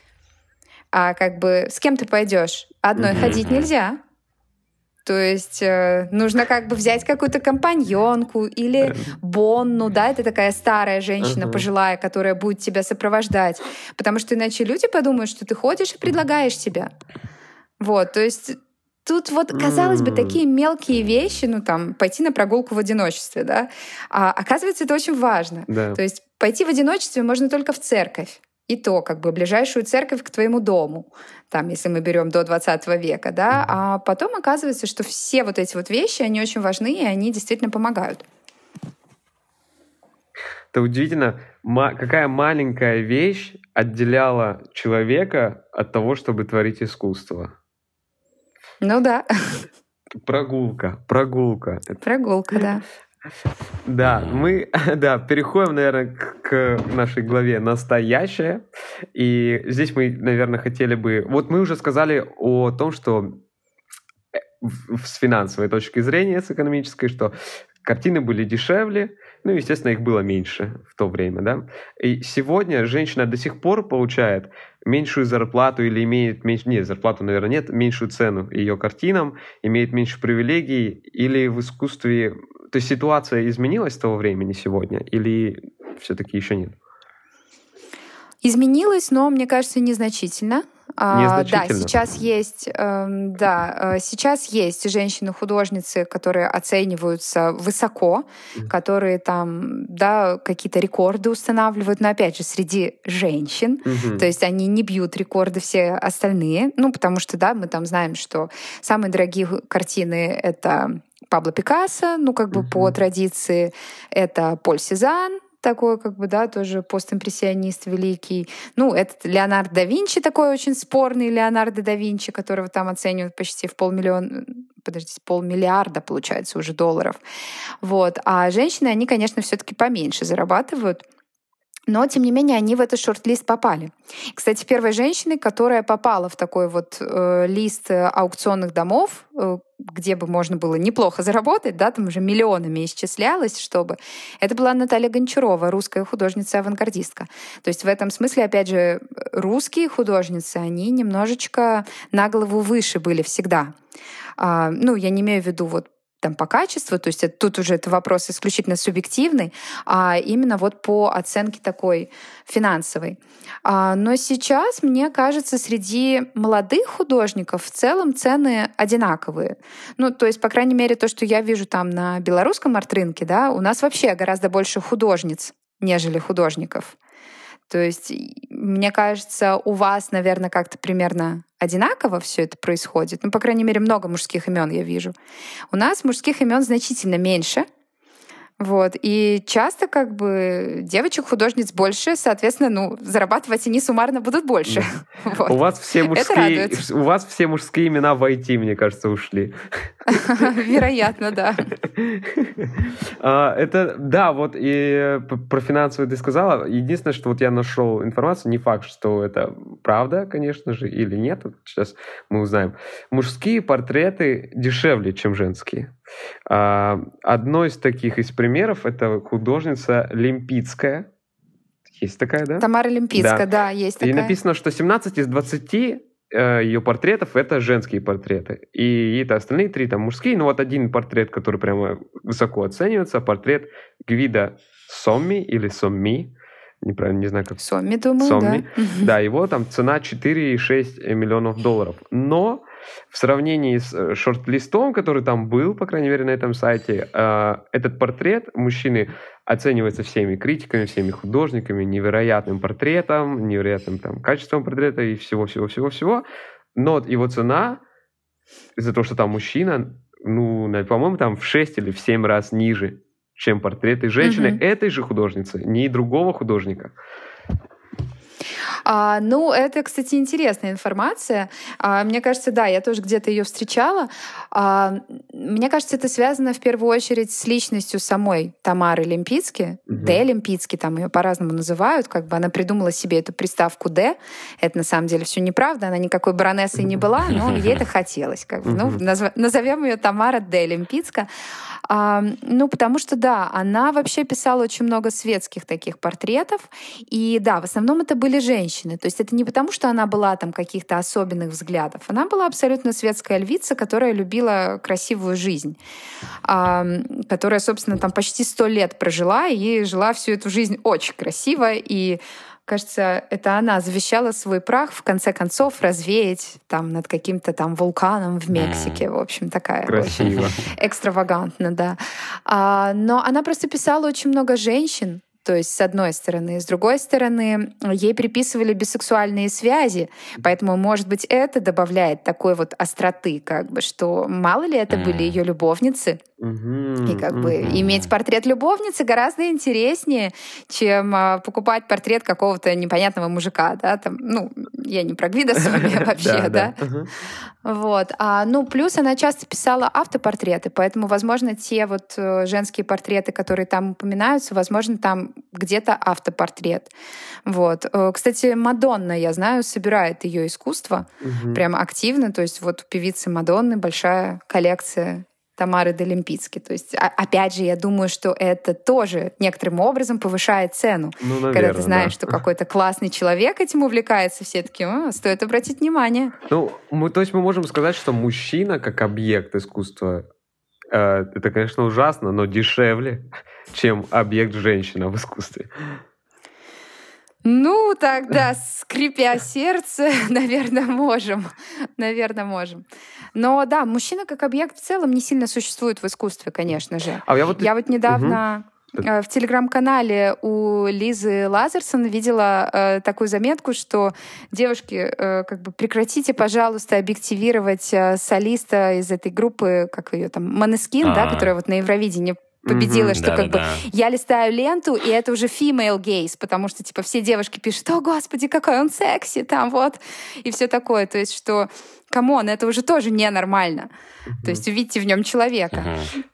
А как бы с кем ты пойдешь? Одной ходить нельзя. То есть нужно как бы взять какую-то компаньонку или бонну, да, это такая старая женщина пожилая, которая будет тебя сопровождать. Потому что иначе люди подумают, что ты ходишь и предлагаешь себя. Вот, то есть тут вот, казалось бы, такие мелкие вещи, ну там, пойти на прогулку в одиночестве, да, а оказывается, это очень важно. Да. То есть пойти в одиночестве можно только в церковь. И то, как бы, ближайшую церковь к твоему дому, там, если мы берем до 20 века, да, а потом оказывается, что все вот эти вот вещи, они очень важны, и они действительно помогают. Это удивительно, какая маленькая вещь отделяла человека от того, чтобы творить искусство. Ну да. Прогулка. Прогулка, да. Да, мы переходим, наверное, к нашей главе «Настоящее». И здесь мы, наверное, хотели бы... Вот мы уже сказали о том, что с финансовой точки зрения, с экономической, что картины были дешевле, ну, естественно, их было меньше в то время, да. И сегодня женщина до сих пор получает меньшую зарплату или имеет меньше... Нет, зарплату, наверное, нет, меньшую цену ее картинам, имеет меньше привилегий, или в искусстве... То есть ситуация изменилась с того времени сегодня или все-таки еще нет? Изменилась, но, мне кажется, незначительно. Да, сейчас есть женщины-художницы, которые оцениваются высоко, которые там, да, какие-то рекорды устанавливают, но опять же среди женщин, то есть они не бьют рекорды все остальные, ну потому что, да, мы там знаем, что самые дорогие картины — это Пабло Пикассо, ну как бы по традиции, это Поль Сезанн, такой, как бы, да, тоже постимпрессионист великий. Ну, это Леонардо да Винчи, такой очень спорный Леонардо да Винчи, которого там оценивают почти в полмиллиарда, получается, уже долларов. Вот. А женщины, они, конечно, все-таки поменьше зарабатывают. Но, тем не менее, они в этот шорт-лист попали. Кстати, первой женщиной, которая попала в такой вот лист аукционных домов, где бы можно было неплохо заработать, да, там уже миллионами исчислялось, чтобы... Это была Наталья Гончарова, русская художница-авангардистка. То есть в этом смысле, опять же, русские художницы, они немножечко на голову выше были всегда. Ну, я не имею в виду вот там по качеству, то есть тут уже это вопрос исключительно субъективный, а именно вот по оценке такой финансовой. Но сейчас, мне кажется, среди молодых художников в целом цены одинаковые. Ну, то есть, по крайней мере, то, что я вижу там на белорусском арт-рынке, да, у нас вообще гораздо больше художниц, нежели художников. То есть, мне кажется, у вас, наверное, как-то примерно одинаково все это происходит. Ну, по крайней мере, много мужских имен я вижу. У нас мужских имен значительно меньше. Вот. И часто как бы девочек-художниц больше, соответственно, ну, зарабатывать они суммарно будут больше. Да. Вот. У вас все мужские имена в IT, мне кажется, ушли. Вероятно, да. Это, да, вот и про финансовую ты сказала. Единственное, что вот я нашел информацию, не факт, что это правда, конечно же, или нет. Сейчас мы узнаем. Мужские портреты дешевле, чем женские. Одно из таких из примеров — это художница Лемпицкая. Есть такая, да? Тамара Лемпицкая, да, есть такая. И написано, что 17 из 20 ее портретов — это женские портреты. И это остальные 3 там мужские. Но вот один портрет, который прямо высоко оценивается, портрет Гвидо Сомми или Сомми. Неправильно, не знаю, как... Сомми, думаю, Сомми. Да, его там цена $4,6 миллионов. Но в сравнении с шорт-листом, который там был, по крайней мере, на этом сайте, этот портрет мужчины оценивается всеми критиками, всеми художниками, невероятным портретом, невероятным там качеством портрета и всего-всего-всего-всего. Но его цена из-за того, что там мужчина, ну, по-моему, там в 6 или в 7 раз ниже, чем портреты женщины этой же художницы, не другого художника. Ну, это, кстати, интересная информация. Мне кажется, да, я тоже где-то ее встречала. Мне кажется, это связано в первую очередь с личностью самой Тамары Лемпицки. Д. Лемпицки, там ее по-разному называют. Как бы она придумала себе эту приставку «Д». Это на самом деле все неправда. Она никакой баронессой не была, но ей это хотелось. Как бы. Ну, назовем ее Тамара Д. Лемпицка. Ну, потому что, да, она вообще писала очень много светских таких портретов. И да, в основном это были женщины. То есть это не потому, что она была там каких-то особенных взглядов. Она была абсолютно светская львица, которая любила красивую жизнь, которая, собственно, там почти 100 лет прожила и жила всю эту жизнь очень красиво. И, кажется, это она завещала свой прах в конце концов развеять там над каким-то там вулканом в Мексике. В общем, такая красиво. Очень экстравагантно, да. Но она просто писала очень много женщин. То есть, с одной стороны. С другой стороны, ей приписывали бисексуальные связи, поэтому, может быть, это добавляет такой вот остроты, как бы, что мало ли это были ее любовницы. И как бы иметь портрет любовницы гораздо интереснее, чем покупать портрет какого-то непонятного мужика, да, там, ну, я не про Гвидо Сомми вообще, да. Вот. Ну, плюс она часто писала автопортреты, поэтому, возможно, те вот женские портреты, которые там упоминаются, возможно, там где-то автопортрет. Вот. Кстати, Мадонна, я знаю, собирает ее искусство прям активно, то есть вот у певицы Мадонны большая коллекция Тамары Д. Лемпицки. То есть, опять же, я думаю, что это тоже некоторым образом повышает цену. Ну, наверное, когда ты знаешь, что какой-то классный человек этим увлекается, все такие, стоит обратить внимание. Ну, то есть мы можем сказать, что мужчина как объект искусства, это, конечно, ужасно, но дешевле, чем объект женщина в искусстве. Ну, тогда, скрипя сердце, наверное, можем. Но да, мужчина как объект в целом не сильно существует в искусстве, конечно же. Я вот недавно в телеграм-канале у Лизы Лазерсон видела такую заметку, что девушки, как бы прекратите, пожалуйста, объективировать солиста из этой группы, как ее там, Måneskin, да, которая вот на Евровидении победила, что как бы я листаю ленту, и это уже female gaze, потому что типа все девушки пишут: о, господи, какой он секси, там вот, и все такое. То есть, что, камон, это уже тоже ненормально. То есть увидите в нем человека.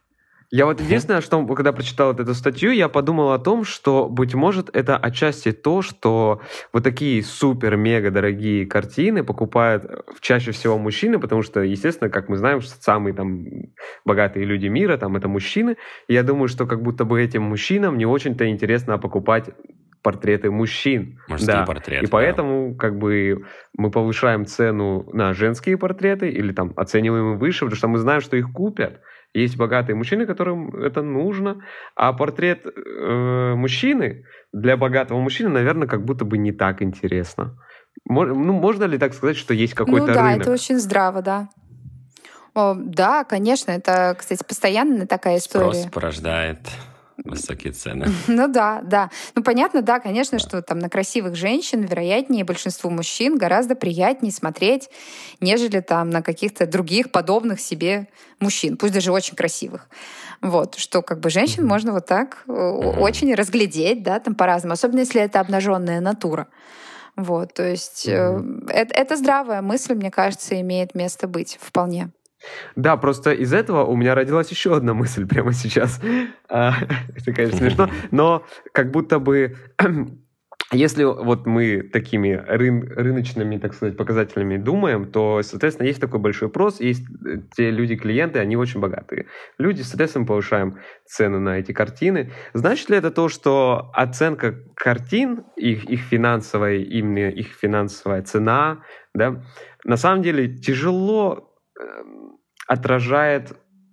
Я вот единственное, что когда прочитал вот эту статью, я подумал о том, что, быть может, это отчасти то, что вот такие супер-мега дорогие картины покупают чаще всего мужчины, потому что, естественно, как мы знаем, что самые там богатые люди мира, там это мужчины. И я думаю, что как будто бы этим мужчинам не очень-то интересно покупать портреты мужчин. Мужские портреты. И поэтому как бы мы повышаем цену на женские портреты или там оцениваем их выше, потому что мы знаем, что их купят. Есть богатые мужчины, которым это нужно, а портрет мужчины для богатого мужчины, наверное, как будто бы не так интересно. Можно ли так сказать, что есть какой-то рынок? Ну да, это очень здраво, да. Да, конечно, это, кстати, постоянная такая история. Спрос порождает высокие цены. Ну да. Ну понятно, да, конечно, что там на красивых женщин, вероятнее, большинству мужчин гораздо приятнее смотреть, нежели там на каких-то других подобных себе мужчин, пусть даже очень красивых. Вот, что как бы женщин можно вот так очень разглядеть, да, там по-разному, особенно если это обнаженная натура. Вот, то есть это здравая мысль, мне кажется, имеет место быть вполне. Да, просто из этого у меня родилась еще одна мысль прямо сейчас. Это, конечно, смешно, но как будто бы если вот мы такими рыночными, так сказать, показателями думаем, то, соответственно, есть такой большой спрос, есть те люди-клиенты, они очень богатые. Люди, соответственно, повышаем цену на эти картины. Значит ли это то, что оценка картин, их финансовая, именно их финансовая цена, да, на самом деле тяжело отражает,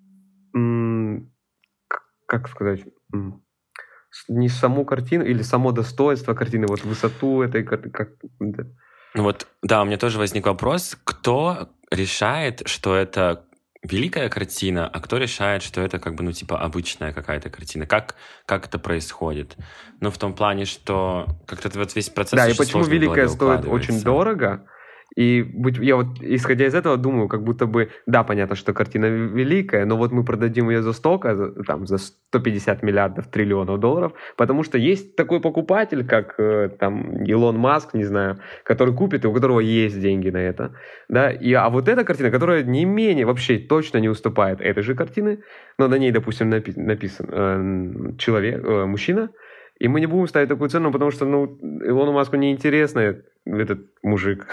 как сказать, не саму картину или само достоинство картины, вот высоту этой картины. Ну вот, да, у меня тоже возник вопрос, кто решает, что это великая картина, а кто решает, что это как бы, ну, типа, обычная какая-то картина? Как это происходит? Ну, в том плане, что как-то вот весь процесс... Да, и почему великая стоит очень дорого? И я вот, исходя из этого, думаю, как будто бы, да, понятно, что картина великая, но вот мы продадим ее за столько, там, за 150 миллиардов, триллионов долларов, потому что есть такой покупатель, как там Илон Маск, не знаю, который купит, и у которого есть деньги на это, да, а вот эта картина, которая не менее, вообще точно не уступает этой же картины, но на ней, допустим, написан мужчина, и мы не будем ставить такую цену, потому что, ну, Илону Маску неинтересно этот мужик.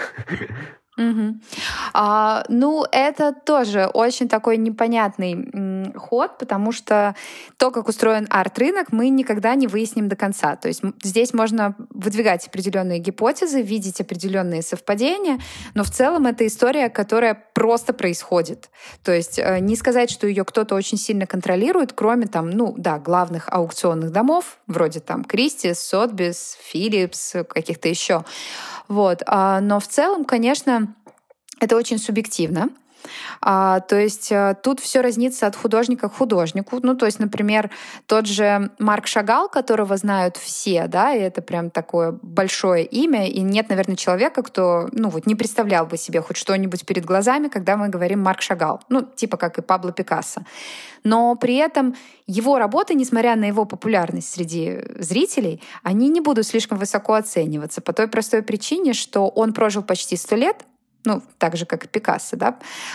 Ну, это тоже очень такой непонятный ход, потому что то, как устроен арт-рынок, мы никогда не выясним до конца. То есть здесь можно выдвигать определенные гипотезы, видеть определенные совпадения, но в целом это история, которая просто происходит. То есть не сказать, что ее кто-то очень сильно контролирует, кроме там, ну да, главных аукционных домов, вроде там Кристис, Сотбис, Филлипс, каких-то еще. Вот. Но в целом, конечно, это очень субъективно. То есть тут все разнится от художника к художнику. Ну, то есть, например, тот же Марк Шагал, которого знают все, да, и это прям такое большое имя, и нет, наверное, человека, кто, ну, вот не представлял бы себе хоть что-нибудь перед глазами, когда мы говорим Марк Шагал. Ну, типа как и Пабло Пикассо. Но при этом его работы, несмотря на его популярность среди зрителей, они не будут слишком высоко оцениваться по той простой причине, что он прожил почти 100 лет, ну, так же, как и Пикассо, да,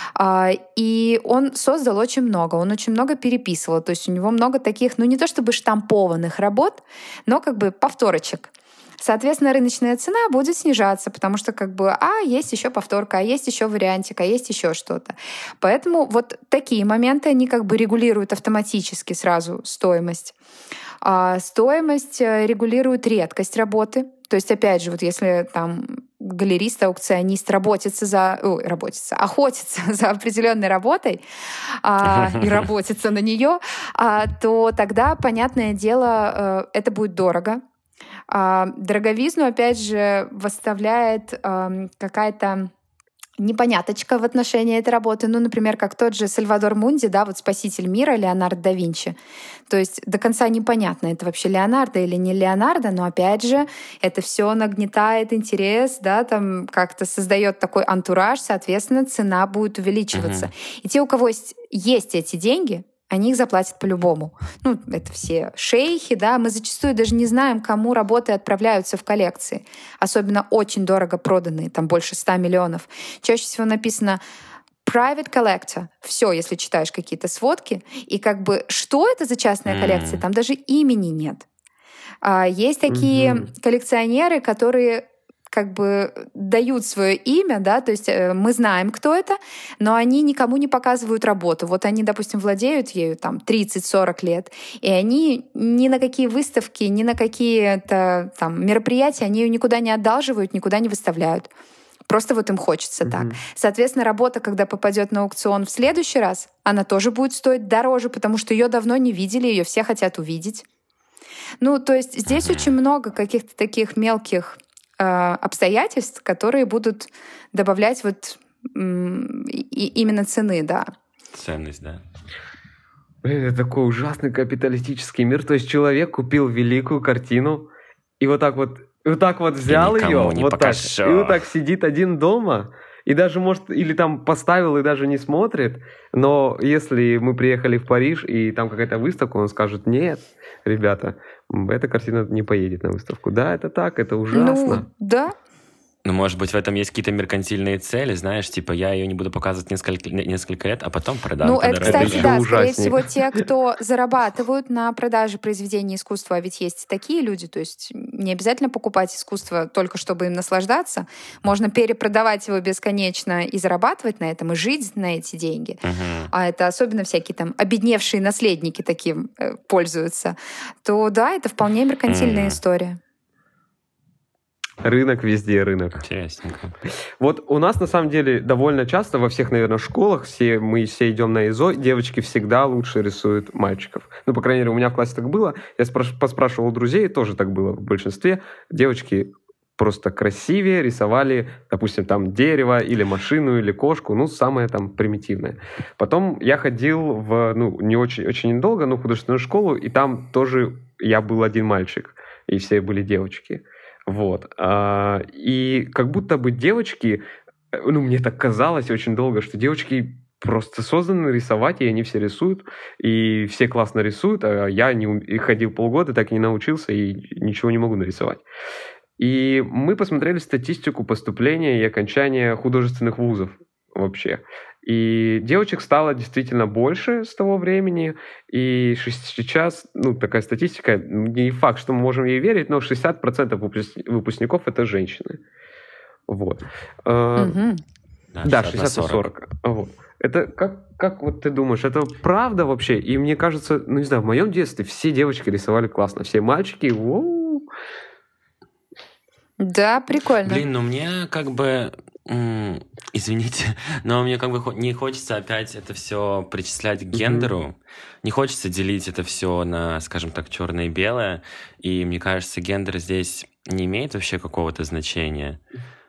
и он создал очень много, он очень много переписывал, то есть у него много таких, ну, не то чтобы штампованных работ, но как бы повторочек. Соответственно, рыночная цена будет снижаться, потому что как бы, есть еще повторка, есть еще вариантик, есть еще что-то. Поэтому вот такие моменты, они как бы регулируют автоматически сразу стоимость. Стоимость регулирует редкость работы. То есть, опять же, вот если там галерист, аукционист охотится за определенной работой и работится на нее, то тогда, понятное дело, это будет дорого. Дороговизну, опять же, выставляет какая-то непоняточка в отношении этой работы. Ну, например, как тот же Сальвадор Мунди, да, вот «Спаситель мира» Леонардо да Винчи. То есть до конца непонятно, это вообще Леонардо или не Леонардо, но, опять же, это все нагнетает интерес, да, там как-то создает такой антураж, соответственно, цена будет увеличиваться. И те, у кого есть эти деньги, они их заплатят по-любому. Ну, это все шейхи, да, мы зачастую даже не знаем, кому работы отправляются в коллекции. Особенно очень дорого проданные, там больше 100 миллионов. Чаще всего написано private collector. Все, если читаешь какие-то сводки. И как бы, что это за частная коллекция? Там даже имени нет. Есть такие коллекционеры, которые как бы дают свое имя, да, то есть мы знаем, кто это, но они никому не показывают работу. Вот они, допустим, владеют ею там 30-40 лет, и они ни на какие выставки, ни на какие-то там мероприятия, они ее никуда не одалживают, никуда не выставляют. Просто вот им хочется так. Соответственно, работа, когда попадет на аукцион в следующий раз, она тоже будет стоить дороже, потому что ее давно не видели, ее все хотят увидеть. Ну, то есть здесь очень много каких-то таких мелких обстоятельств, которые будут добавлять вот именно цены, да. Ценность, да. Это такой ужасный капиталистический мир. То есть человек купил великую картину и вот так вот взял ее, вот так, и вот так сидит один дома, и даже, может, или там поставил и даже не смотрит, но если мы приехали в Париж, и там какая-то выставка, он скажет: нет, ребята, эта картина не поедет на выставку. Да, это так, это ужасно. Ну, да. Ну, может быть, в этом есть какие-то меркантильные цели, знаешь, типа я ее не буду показывать несколько лет, а потом продам. Ну, это, кстати, да, ужаснее. скорее всего, те, кто зарабатывают на продаже произведений искусства, а ведь есть такие люди, то есть не обязательно покупать искусство только чтобы им наслаждаться, можно перепродавать его бесконечно и зарабатывать на этом, и жить на эти деньги. А это особенно всякие там обедневшие наследники таким пользуются. То да, это вполне меркантильная история. Рынок везде, рынок. Интересненько. Вот у нас, на самом деле, довольно часто во всех, наверное, школах мы все идем на ИЗО, девочки всегда лучше рисуют мальчиков. Ну, по крайней мере, у меня в классе так было. Я поспрашивал у друзей, тоже так было в большинстве. Девочки просто красивее рисовали, допустим, там дерево или машину, или кошку, ну, самое там примитивное. Потом я ходил не очень недолго, но в художественную школу, и там тоже я был один мальчик, и все были девочки. Вот. И как будто бы девочки, мне так казалось очень долго, что девочки просто созданы рисовать, и они все рисуют, и все классно рисуют, а я и ходил полгода, так и не научился, и ничего не могу нарисовать. И мы посмотрели статистику поступления и окончания художественных вузов вообще. И девочек стало действительно больше с того времени, и сейчас, такая статистика, не факт, что мы можем ей верить, но 60% выпускников — это женщины. Вот. Да, 60-40. Вот. Это как вот ты думаешь, это правда вообще? И мне кажется, не знаю, в моем детстве все девочки рисовали классно, все мальчики, Да, прикольно. Блин, мне как бы... Извините, но мне как бы не хочется опять это все причислять к гендеру. Не хочется делить это все на, скажем так, черное и белое. И мне кажется, гендер здесь не имеет вообще какого-то значения.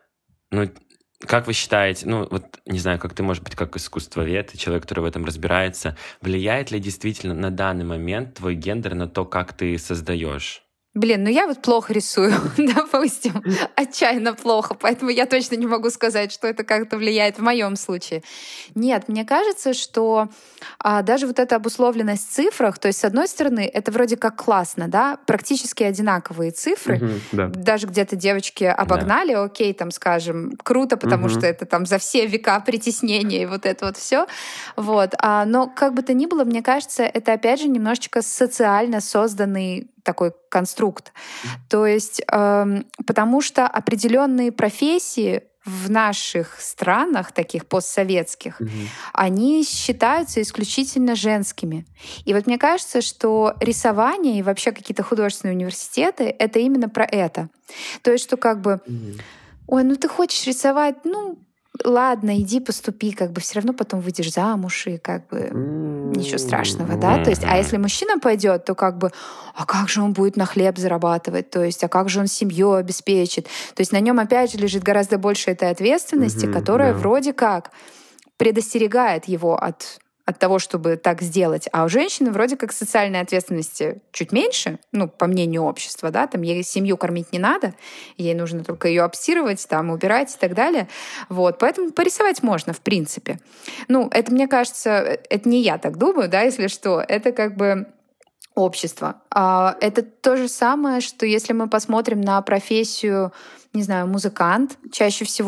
Как вы считаете, не знаю, как ты, может быть, как искусствовед, и человек, который в этом разбирается, влияет ли действительно на данный момент твой гендер на то, как ты создаешь? Блин, я вот плохо рисую, допустим, отчаянно плохо, поэтому я точно не могу сказать, что это как-то влияет в моем случае. Нет, мне кажется, что даже вот эта обусловленность в цифрах, то есть, с одной стороны, это вроде как классно, да, практически одинаковые цифры, да. Даже где-то девочки обогнали, окей, там, скажем, круто, потому что это там за все века притеснения и вот это вот все, вот. Но как бы то ни было, мне кажется, это опять же немножечко социально созданный такой конструкт. То есть, потому что определенные профессии в наших странах, таких постсоветских, они считаются исключительно женскими. И вот мне кажется, что рисование и вообще какие-то художественные университеты — это именно про это. То есть, что как бы, ой, ты хочешь рисовать, ладно, иди поступи, как бы все равно потом выйдешь замуж, и как бы ничего страшного, да? То есть, а если мужчина пойдет, то как бы, а как же он будет на хлеб зарабатывать? То есть, а как же он семью обеспечит? То есть на нем опять же лежит гораздо больше этой ответственности, которая вроде как предостерегает его от того, чтобы так сделать. А у женщины вроде как социальной ответственности чуть меньше, по мнению общества, да, там ей семью кормить не надо, ей нужно только ее обстирывать, там, убирать и так далее. Вот, поэтому порисовать можно, в принципе. Это, мне кажется, это не я так думаю, да, если что, это как бы общество. Это то же самое, что если мы посмотрим на профессию, не знаю, музыкант, чаще всего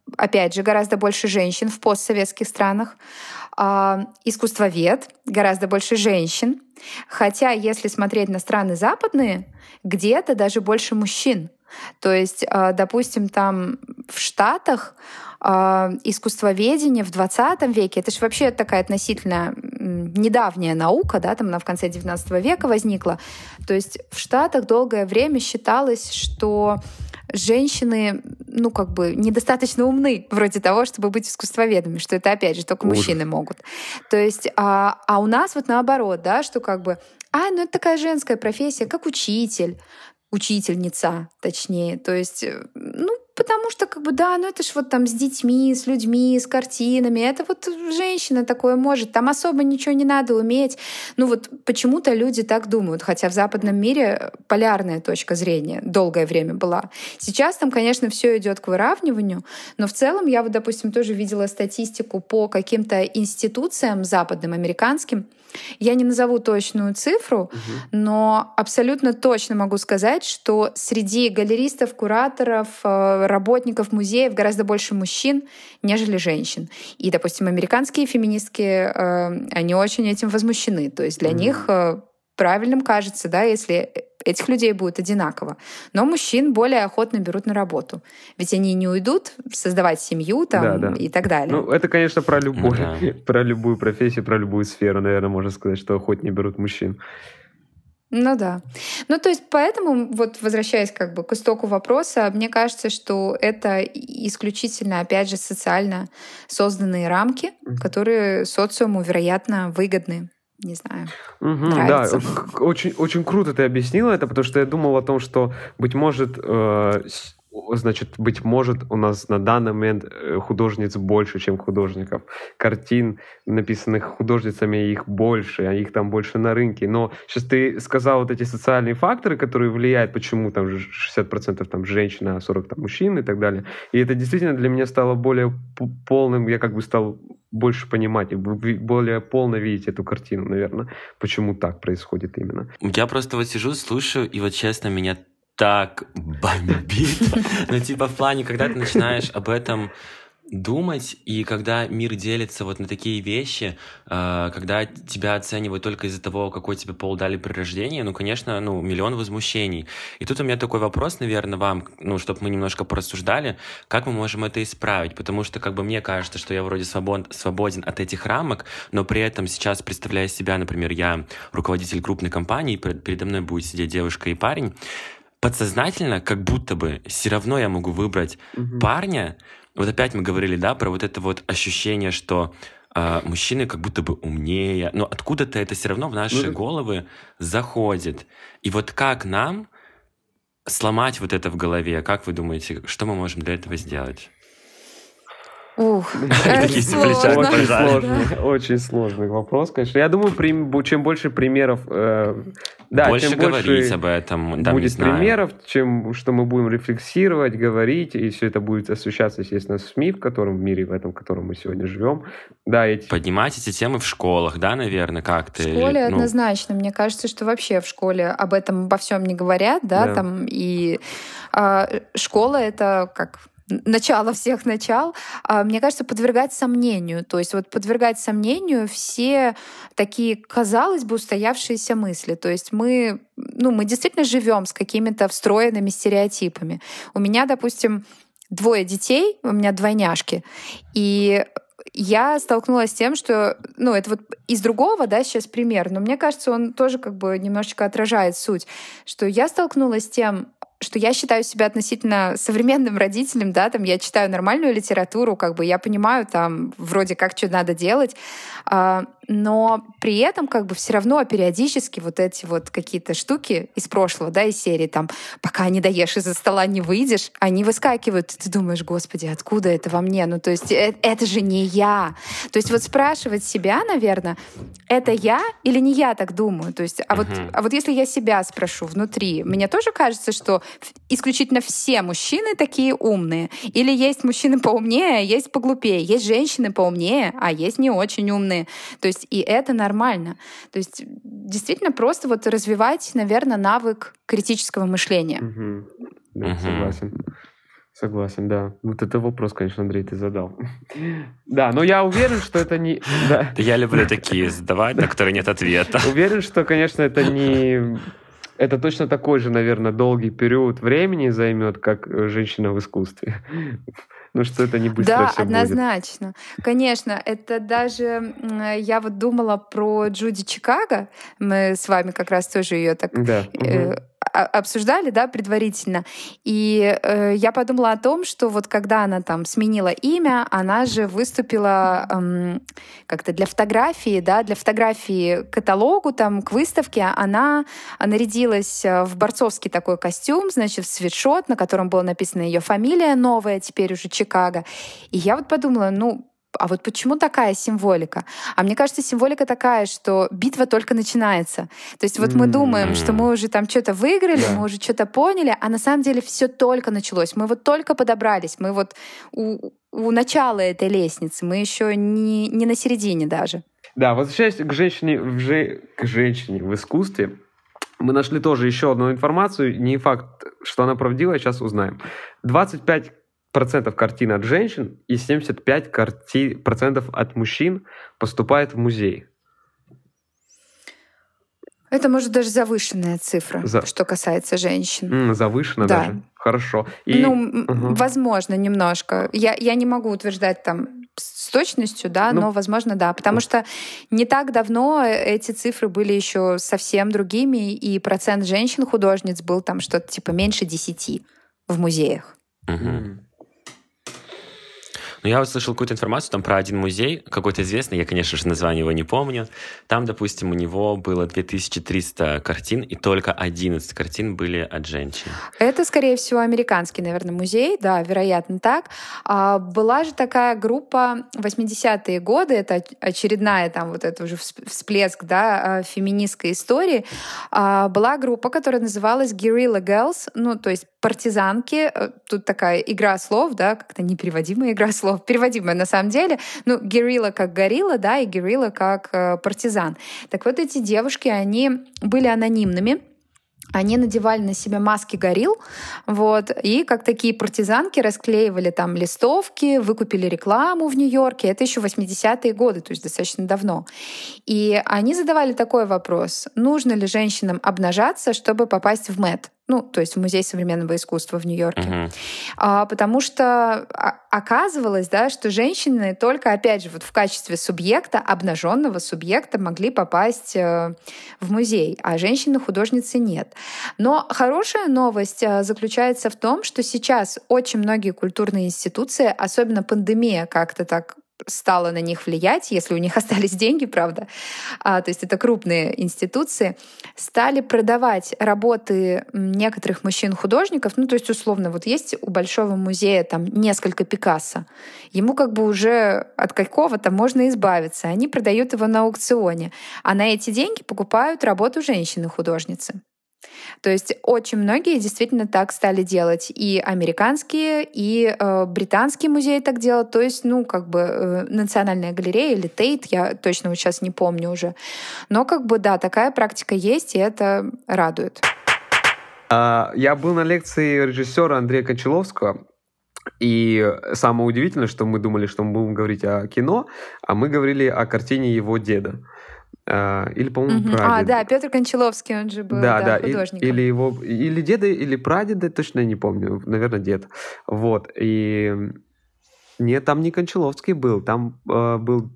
опять же, гораздо больше женщин в постсоветских странах. Искусствовед, гораздо больше женщин. Хотя, если смотреть на страны западные, где-то даже больше мужчин. То есть, допустим, там в Штатах искусствоведение в 20 веке, это же вообще такая относительно недавняя наука, да, там она в конце 19 века возникла. То есть в Штатах долгое время считалось, что женщины, недостаточно умны вроде того, чтобы быть искусствоведами, что это, опять же, только мужчины могут. То есть, а у нас вот наоборот, да, что это такая женская профессия, как учительница, точнее. То есть, потому что, это ж вот там с детьми, с людьми, с картинами. Это вот женщина такое может. Там особо ничего не надо уметь. Почему-то люди так думают. Хотя в западном мире полярная точка зрения долгое время была. Сейчас там, конечно, все идет к выравниванию. Но в целом я допустим, тоже видела статистику по каким-то институциям западным, американским. Я не назову точную цифру, но абсолютно точно могу сказать, что среди галеристов, кураторов, работников музеев гораздо больше мужчин, нежели женщин. И, допустим, американские феминистки, они очень этим возмущены. То есть для них правильным кажется, да, если этих людей будет одинаково. Но мужчин более охотно берут на работу. Ведь они не уйдут создавать семью и так далее. Это, конечно, про любую профессию, про любую сферу, наверное, можно сказать, что охотнее берут мужчин. Да. То есть поэтому, возвращаясь к истоку вопроса, мне кажется, что это исключительно, опять же, социально созданные рамки, которые социуму, вероятно, выгодны. Не знаю. Да, очень, очень круто ты объяснила это, потому что я думал о том, что, быть может, у нас на данный момент художниц больше, чем художников. Картин, написанных художницами, их больше, а их там больше на рынке. Но сейчас ты сказал вот эти социальные факторы, которые влияют, почему там 60% там женщина, а 40% там мужчин и так далее. И это действительно для меня стало более полным, я стал больше понимать и более полно видеть эту картину, наверное, почему так происходит именно. Я просто сижу, слушаю, и честно, меня так бомбит. В плане, когда ты начинаешь об этом думать, и когда мир делится на такие вещи, когда тебя оценивают только из-за того, какой тебе пол дали при рождении, конечно, миллион возмущений. И тут у меня такой вопрос, наверное, вам, чтобы мы немножко порассуждали, как мы можем это исправить, потому что, мне кажется, что я вроде свободен от этих рамок, но при этом сейчас, представляя себя, например, я руководитель крупной компании, передо мной будет сидеть девушка и парень, подсознательно, как будто бы все равно я могу выбрать парня. Опять мы говорили, да, про это ощущение, что мужчины как будто бы умнее, но откуда-то это все равно в наши головы заходит. И как нам сломать это в голове? Как вы думаете, что мы можем для этого сделать? Очень сложный вопрос, конечно. Я думаю, чем больше примеров, больше говорить об этом, будет примеров, что мы будем рефлексировать, говорить, и все это будет освещаться, естественно, в СМИ, в мире, в котором мы сегодня живем. Поднимать эти темы в школах, да, наверное, как-то. В школе однозначно. Мне кажется, что вообще в школе об этом обо всем не говорят, да. И школа — это начало всех начал, мне кажется, подвергать сомнению. То есть подвергать сомнению все такие, казалось бы, устоявшиеся мысли. То есть мы действительно живем с какими-то встроенными стереотипами. У меня, допустим, 2 детей, у меня двойняшки, и я столкнулась с тем, что, это из другого, да, сейчас пример, но мне кажется, он тоже немножечко отражает суть, что я столкнулась с тем, что я считаю себя относительно современным родителем, да, я читаю нормальную литературу, я понимаю вроде как, что надо делать, но при этом все равно периодически эти какие-то штуки из прошлого, да, из серии, пока не доешь из-за стола, не выйдешь, они выскакивают, ты думаешь, господи, откуда это во мне? То есть это же не я. То есть спрашивать себя, наверное, это я или не я так думаю? То есть, вот если я себя спрошу внутри, мне тоже кажется, что исключительно все мужчины такие умные. Или есть мужчины поумнее, а есть поглупее. Есть женщины поумнее, а есть не очень умные. То есть и это нормально. То есть действительно просто развивать, наверное, навык критического мышления. Да, согласен. Согласен, да. Вот это вопрос, конечно, Андрей, ты задал. Да, но я уверен, что это не... Я люблю такие задавать, на которые нет ответа. Уверен, что, конечно, это не... Это точно такой же, наверное, долгий период времени займет, как женщина в искусстве. Ну, что это не быстро Да, все однозначно. Будет. Конечно, это даже... Я вот думала про Джуди Чикаго. Мы с вами как раз тоже ее так... Да. Обсуждали, да, предварительно. И я подумала о том, что вот когда она там сменила имя, она же выступила как-то для фотографии, да, для фотографии к каталогу, там, к выставке. Она нарядилась в борцовский такой костюм, значит, в свитшот, на котором была написана ее фамилия новая, теперь уже Чикаго. И я вот подумала, а вот почему такая символика? А мне кажется, символика такая, что битва только начинается. То есть вот мы думаем, что мы уже там что-то выиграли, мы уже что-то поняли, а на самом деле все только началось. Мы вот только подобрались, мы вот у начала этой лестницы, мы еще не на середине даже. Да, возвращаясь к женщине в искусстве, мы нашли тоже еще одну информацию. Не факт, что она правдивая, сейчас узнаем. 25% картин от женщин и 75% от мужчин поступает в музей. Это, может, даже завышенная цифра, что касается женщин. Завышена да. Даже? Хорошо. Возможно, немножко. Я не могу утверждать там с точностью, да, но, возможно, да. Потому что не так давно эти цифры были еще совсем другими, и процент женщин-художниц был там что-то типа меньше 10 в музеях. Ну, я вот слышал какую-то информацию там про один музей, какой-то известный, я, конечно же, название его не помню. Там, допустим, у него было 2300 картин, и только 11 картин были от женщин. Это, скорее всего, американский, наверное, музей, да, вероятно, так. Была же такая группа 80-е годы, это очередная там вот это уже всплеск, да, феминистской истории. Была группа, которая называлась Guerrilla Girls, ну, то есть партизанки. Тут такая игра слов, да, как-то непереводимая игра слов, переводимая на самом деле. Ну, герилла как горилла, да, и герилла как партизан. Так вот, эти девушки, они были анонимными. Они надевали на себя маски горилл, вот, и как такие партизанки расклеивали там листовки, выкупили рекламу в Нью-Йорке. Это еще 80-е годы, то есть достаточно давно. И они задавали такой вопрос: нужно ли женщинам обнажаться, чтобы попасть в МЭТ? Ну, то есть в Музей современного искусства в Нью-Йорке. Потому что оказывалось, да, что женщины только, опять же, вот в качестве субъекта, обнаженного субъекта, могли попасть в музей, а женщины-художницы нет. Но хорошая новость заключается в том, что сейчас очень многие культурные институции, особенно пандемия как-то так стала на них влиять, если у них остались деньги, правда, то есть это крупные институции, стали продавать работы некоторых мужчин-художников, ну, то есть, условно, вот есть у Большого музея там несколько Пикассо, ему как бы уже от какого-то можно избавиться, они продают его на аукционе, а на эти деньги покупают работу женщины-художницы. То есть очень многие действительно так стали делать. И американские, и британские музеи так делают. То есть, ну, как бы Национальная галерея или Тейт, я точно вот сейчас не помню уже. Но как бы, да, такая практика есть, и это радует. Я был на лекции режиссера Андрея Кончаловского. И самое удивительное, что мы думали, что мы будем говорить о кино, а мы говорили о картине его деда. Или, по-моему, прадеда. Да, Петр Кончаловский, он же был художником. Или деда, или прадеда, точно не помню. Наверное, дед. Вот. И нет, там не Кончаловский был. Там был...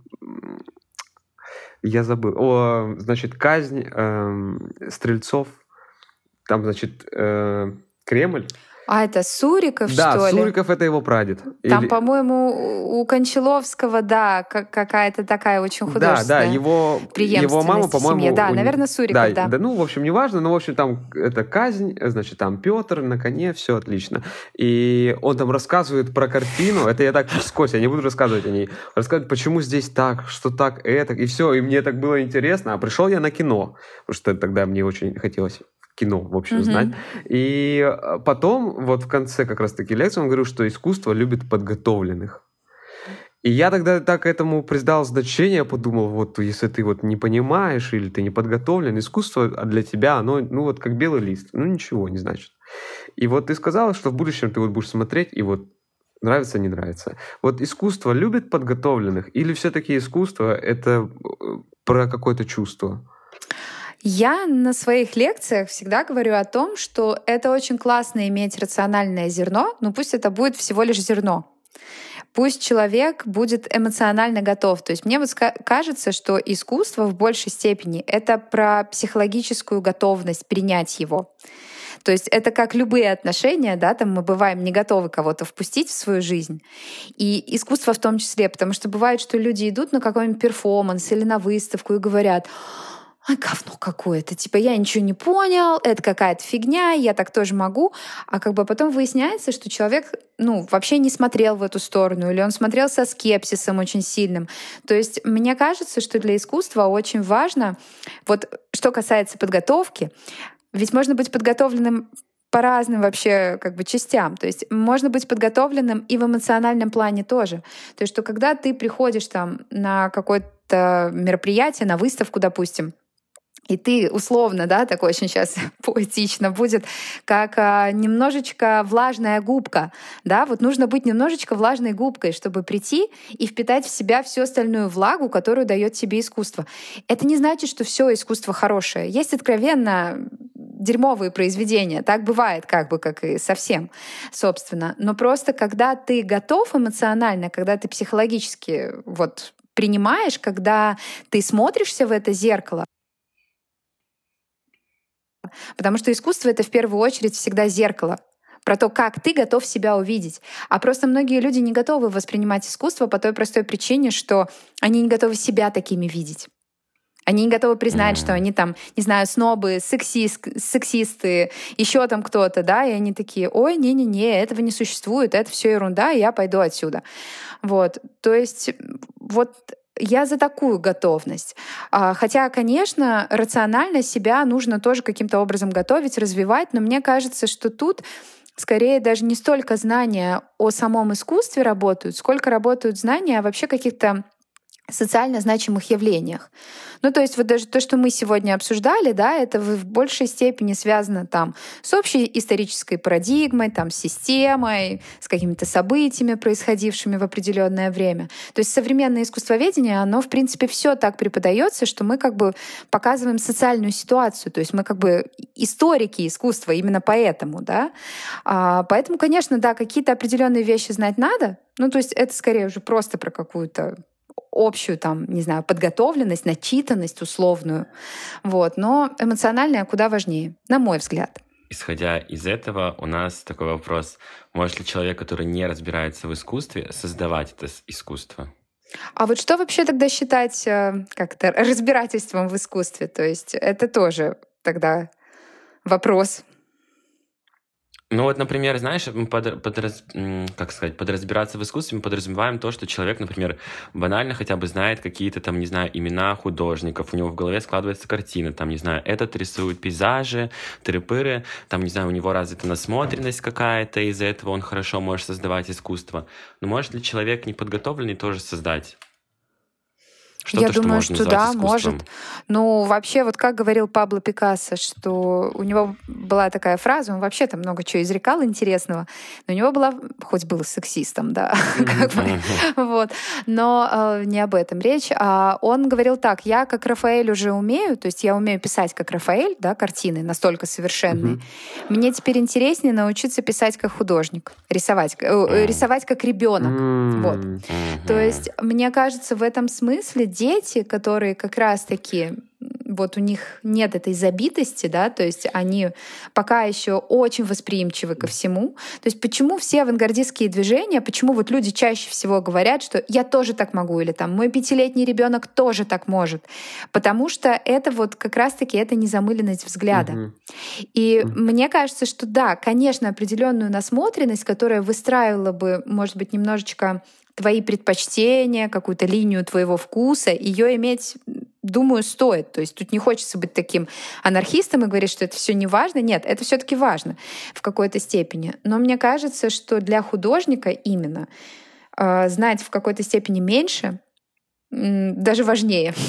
Я забыл. Значит, казнь Стрельцов. Там, значит, Кремль. Это Суриков, да, что ли? Да, Суриков — это его прадед. Там, по-моему, у Кончаловского, да, какая-то такая очень художественная его мама, по-моему... семье. Да, наверное, Суриков, да. Ну, в общем, неважно, но, в общем, там это казнь, значит, там Петр на коне, все отлично. И он там рассказывает про картину, это я так вскользь, я не буду рассказывать о ней, рассказывает, почему здесь так, что так, это, и все, и мне так было интересно, а пришел я на кино, потому что тогда мне очень хотелось кино, в общем, знать. И потом, вот в конце как раз-таки лекции он говорил, что искусство любит подготовленных. И я тогда так этому придал значение, подумал, вот если ты вот не понимаешь или ты не подготовлен, искусство для тебя, оно, ну вот как белый лист, ну ничего не значит. И вот ты сказала, что в будущем ты вот будешь смотреть, и вот нравится, не нравится. Вот искусство любит подготовленных, или все-таки искусство — это про какое-то чувство? Я на своих лекциях всегда говорю о том, что это очень классно иметь рациональное зерно, но пусть это будет всего лишь зерно. Пусть человек будет эмоционально готов. То есть мне вот кажется, что искусство в большей степени — это про психологическую готовность принять его. То есть это как любые отношения, да, там мы бываем не готовы кого-то впустить в свою жизнь. И искусство в том числе, потому что бывает, что люди идут на какой-нибудь перформанс или на выставку и говорят: «Ай, говно какое-то, типа я ничего не понял, это какая-то фигня, я так тоже могу». А как бы потом выясняется, что человек, вообще не смотрел в эту сторону, или он смотрел со скепсисом очень сильным. То есть мне кажется, что для искусства очень важно, вот что касается подготовки, ведь можно быть подготовленным по разным вообще как бы частям. То есть можно быть подготовленным и в эмоциональном плане тоже. То есть что когда ты приходишь там на какое-то мероприятие, на выставку, допустим, и ты условно, да, такой очень сейчас поэтично будет, как немножечко влажная губка, да, вот нужно быть немножечко влажной губкой, чтобы прийти и впитать в себя всю остальную влагу, которую дает тебе искусство. Это не значит, что все искусство хорошее. Есть откровенно дерьмовые произведения, так бывает, как и совсем, собственно. Но просто когда ты готов эмоционально, когда ты психологически вот принимаешь, когда ты смотришься в это зеркало, потому что искусство — это в первую очередь всегда зеркало про то, как ты готов себя увидеть. А просто многие люди не готовы воспринимать искусство по той простой причине, что они не готовы себя такими видеть. Они не готовы признать, что они там, не знаю, снобы, сексисты, еще там кто-то, да, и они такие: ой, не-не-не, этого не существует, это все ерунда, и я пойду отсюда. Вот, то есть вот я за такую готовность. Хотя, конечно, рационально себя нужно тоже каким-то образом готовить, развивать, но мне кажется, что тут скорее даже не столько знания о самом искусстве работают, сколько работают знания о вообще каких-то социально значимых явлениях. То есть вот даже то, что мы сегодня обсуждали, да, это в большей степени связано там с общей исторической парадигмой, там, с системой, с какими-то событиями, происходившими в определенное время. То есть современное искусствоведение, оно, в принципе, все так преподается, что мы как бы показываем социальную ситуацию. То есть мы как бы историки искусства именно поэтому, да. Поэтому, конечно, да, какие-то определенные вещи знать надо. То есть это скорее уже просто про какую-то общую, там, не знаю, подготовленность, начитанность условную. Вот. Но эмоциональное куда важнее, на мой взгляд. Исходя из этого, у нас такой вопрос. Может ли человек, который не разбирается в искусстве, создавать это искусство? А вот что вообще тогда считать как-то разбирательством в искусстве? То есть это тоже тогда вопрос. Например, знаешь, мы подразбираться в искусстве, мы подразумеваем то, что человек, например, банально хотя бы знает какие-то там, не знаю, имена художников, у него в голове складывается картина, там, не знаю, этот рисует пейзажи, тыры-пыры, там, не знаю, у него развита насмотренность какая-то, из-за этого он хорошо может создавать искусство. Но может ли человек неподготовленный тоже создать? Я думаю, что да, может. Вообще, вот как говорил Пабло Пикассо, что у него была такая фраза, он вообще там много чего изрекал интересного, но у него была, хоть был сексистом, да, вот, но не об этом речь. Он говорил так: я как Рафаэль уже умею, то есть я умею писать как Рафаэль, да, картины настолько совершенные. Мне теперь интереснее научиться писать как художник, рисовать как ребенок. Вот. То есть, мне кажется, в этом смысле дети, которые как раз-таки вот у них нет этой забитости, да, то есть они пока еще очень восприимчивы ко всему. То есть почему все авангардистские движения, почему вот люди чаще всего говорят, что я тоже так могу, или там мой 5-летний ребенок тоже так может, потому что это вот как раз-таки это незамыленность взгляда. И мне кажется, что да, конечно, определенную насмотренность, которая выстраивала бы, может быть, немножечко твои предпочтения, какую-то линию твоего вкуса, ее иметь, думаю, стоит. То есть тут не хочется быть таким анархистом и говорить, что это все не важно. Нет, это все-таки важно в какой-то степени. Но мне кажется, что для художника именно знать в какой-то степени меньше даже важнее.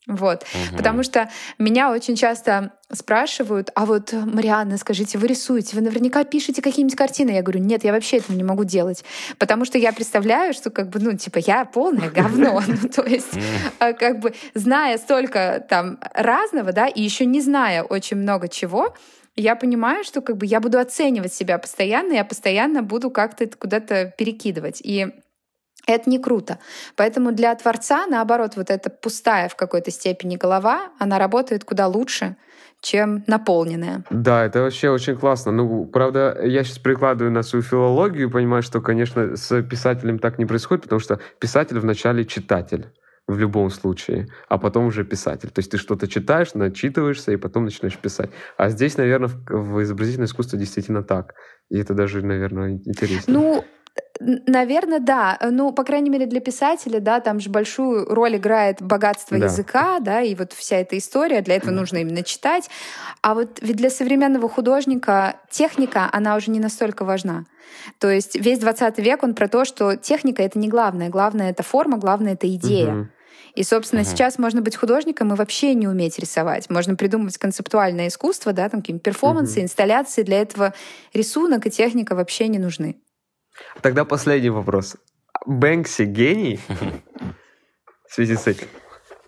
Вот. Потому что меня очень часто спрашивают: а вот, Марианна, скажите, вы рисуете, вы наверняка пишете какие-нибудь картины? Я говорю: нет, я вообще этого не могу делать. Потому что я представляю, что я полное говно. То есть, зная столько там разного, да, и еще не зная очень много чего, я понимаю, что я буду оценивать себя постоянно, я постоянно буду как-то это куда-то перекидывать. И это не круто. Поэтому для творца, наоборот, вот эта пустая в какой-то степени голова, она работает куда лучше, чем наполненная. Да, это вообще очень классно. Правда, я сейчас прикладываю на свою филологию и понимаю, что, конечно, с писателем так не происходит, потому что писатель вначале читатель в любом случае, а потом уже писатель. То есть ты что-то читаешь, начитываешься и потом начинаешь писать. А здесь, наверное, в изобразительном искусстве действительно так. И это даже, наверное, интереснее. Наверное, да. По крайней мере, для писателя, да, там же большую роль играет богатство языка, да, и вот вся эта история. Для этого нужно именно читать. А вот ведь для современного художника техника, она уже не настолько важна. То есть весь 20 век, он про то, что техника — это не главное. Главное — это форма, главное — это идея. И, собственно, сейчас можно быть художником и вообще не уметь рисовать. Можно придумывать концептуальное искусство, да, там какие-нибудь перформансы, инсталляции. Для этого рисунок и техника вообще не нужны. Тогда последний вопрос. Бэнкси гений в связи с этим?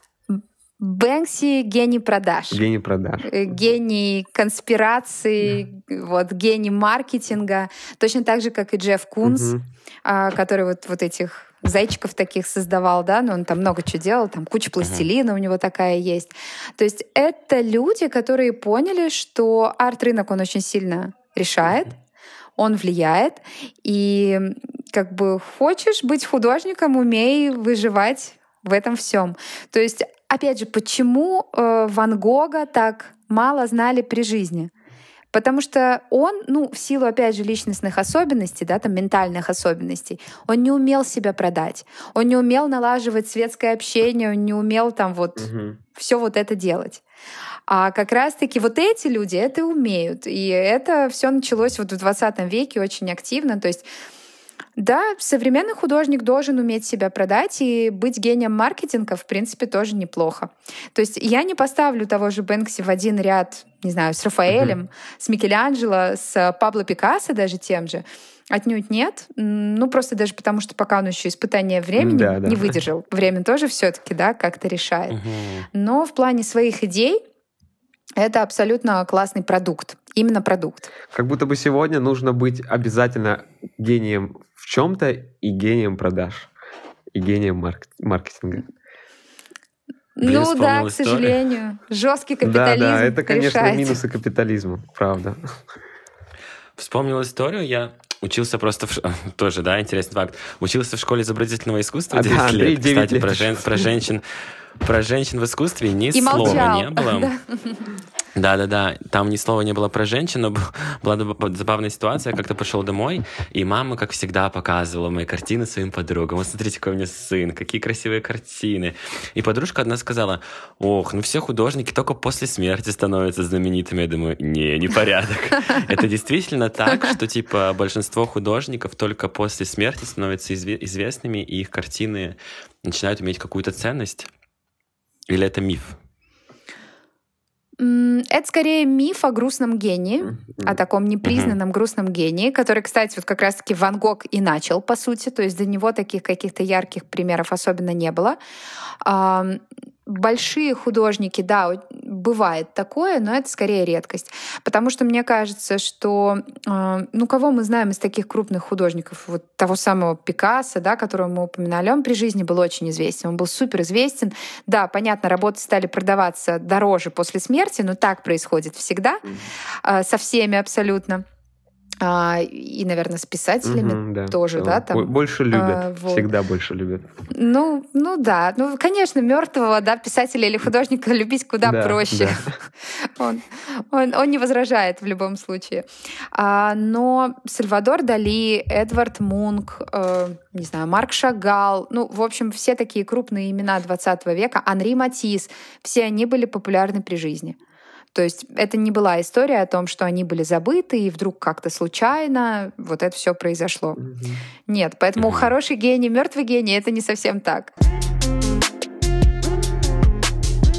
Бэнкси — гений продаж. Гений продаж. Гений конспирации, гений маркетинга. Точно так же, как и Джефф Кунс, который вот этих зайчиков таких создавал, да, но он там много чего делал, там куча пластилина у него такая есть. То есть это люди, которые поняли, что арт-рынок, он очень сильно решает, он влияет, и хочешь быть художником, умей выживать в этом всем. То есть, опять же, почему Ван Гога так мало знали при жизни? Потому что он, в силу, опять же, личностных особенностей, да, там, ментальных особенностей, он не умел себя продать, он не умел налаживать светское общение, он не умел там все это делать. А как раз-таки эти люди это умеют. И это все началось в 20 веке очень активно. То есть, да, современный художник должен уметь себя продать, и быть гением маркетинга, в принципе, тоже неплохо. То есть я не поставлю того же Бэнкси в один ряд, не знаю, с Рафаэлем, с Микеланджело, с Пабло Пикассо даже тем же. Отнюдь нет. Просто даже потому, что пока он еще испытание времени не выдержал. Время тоже все-таки, да, как-то решает. Но в плане своих идей это абсолютно классный продукт. Именно продукт. Как будто бы сегодня нужно быть обязательно гением в чем-то и гением продаж, и гением маркетинга. К сожалению. Жесткий капитализм. Да, это, конечно, решает. Минусы капитализма, правда. Вспомнил историю, я учился тоже, да, интересный факт. Учился в школе изобразительного искусства 9 лет. Кстати, про женщин в искусстве ни слова не было. Да. Там ни слова не было про женщин, но была забавная ситуация. Я как-то пошел домой, и мама, как всегда, показывала мои картины своим подругам. Вот смотрите, какой у меня сын, какие красивые картины. И подружка одна сказала: ох, все художники только после смерти становятся знаменитыми. Я думаю, не порядок. Это действительно так, что большинство художников только после смерти становятся известными, и их картины начинают иметь какую-то ценность? Или это миф? Это скорее миф о грустном гении, о таком непризнанном грустном гении, который, кстати, как раз-таки Ван Гог и начал, по сути. То есть до него таких каких-то ярких примеров особенно не было. Большие художники, да, бывает такое, но это скорее редкость. Потому что мне кажется, что кого мы знаем из таких крупных художников? Того самого Пикассо, да, которого мы упоминали, он при жизни был очень известен, он был суперизвестен. Да, понятно, работы стали продаваться дороже после смерти, но так происходит всегда, со всеми абсолютно. И, наверное, с писателями тоже, да, там. Больше любят, всегда больше любят. Да. Конечно, мертвого, да, писателя или художника любить куда проще. Да. Он не возражает в любом случае. Но Сальвадор Дали, Эдвард Мунк, не знаю, Марк Шагал, в общем, все такие крупные имена 20 века, Анри Матисс, все они были популярны при жизни. То есть это не была история о том, что они были забыты, и вдруг как-то случайно это все произошло. Нет, поэтому хороший гений, мертвый гений — это не совсем так.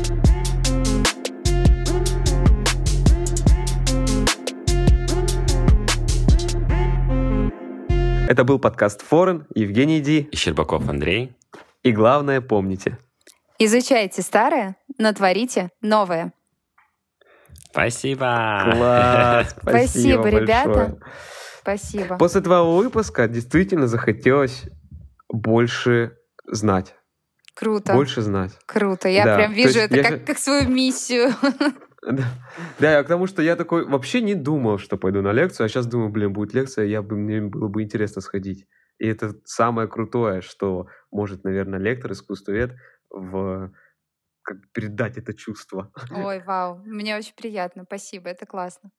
Это был подкаст Форен, Евгений Ди и Щербаков Андрей. И главное, помните. Изучайте старое, но творите новое. Спасибо. Класс, спасибо, ребята. Большое. Спасибо. После твоего выпуска действительно захотелось больше знать. Круто. Больше знать. Круто. Я прям вижу это как свою миссию. Да, потому что я такой вообще не думал, что пойду на лекцию, а сейчас думаю, будет лекция, мне было бы интересно сходить. И это самое крутое, что может, наверное, лектор, искусствовед передать это чувство. Ой, вау, мне очень приятно, спасибо, это классно.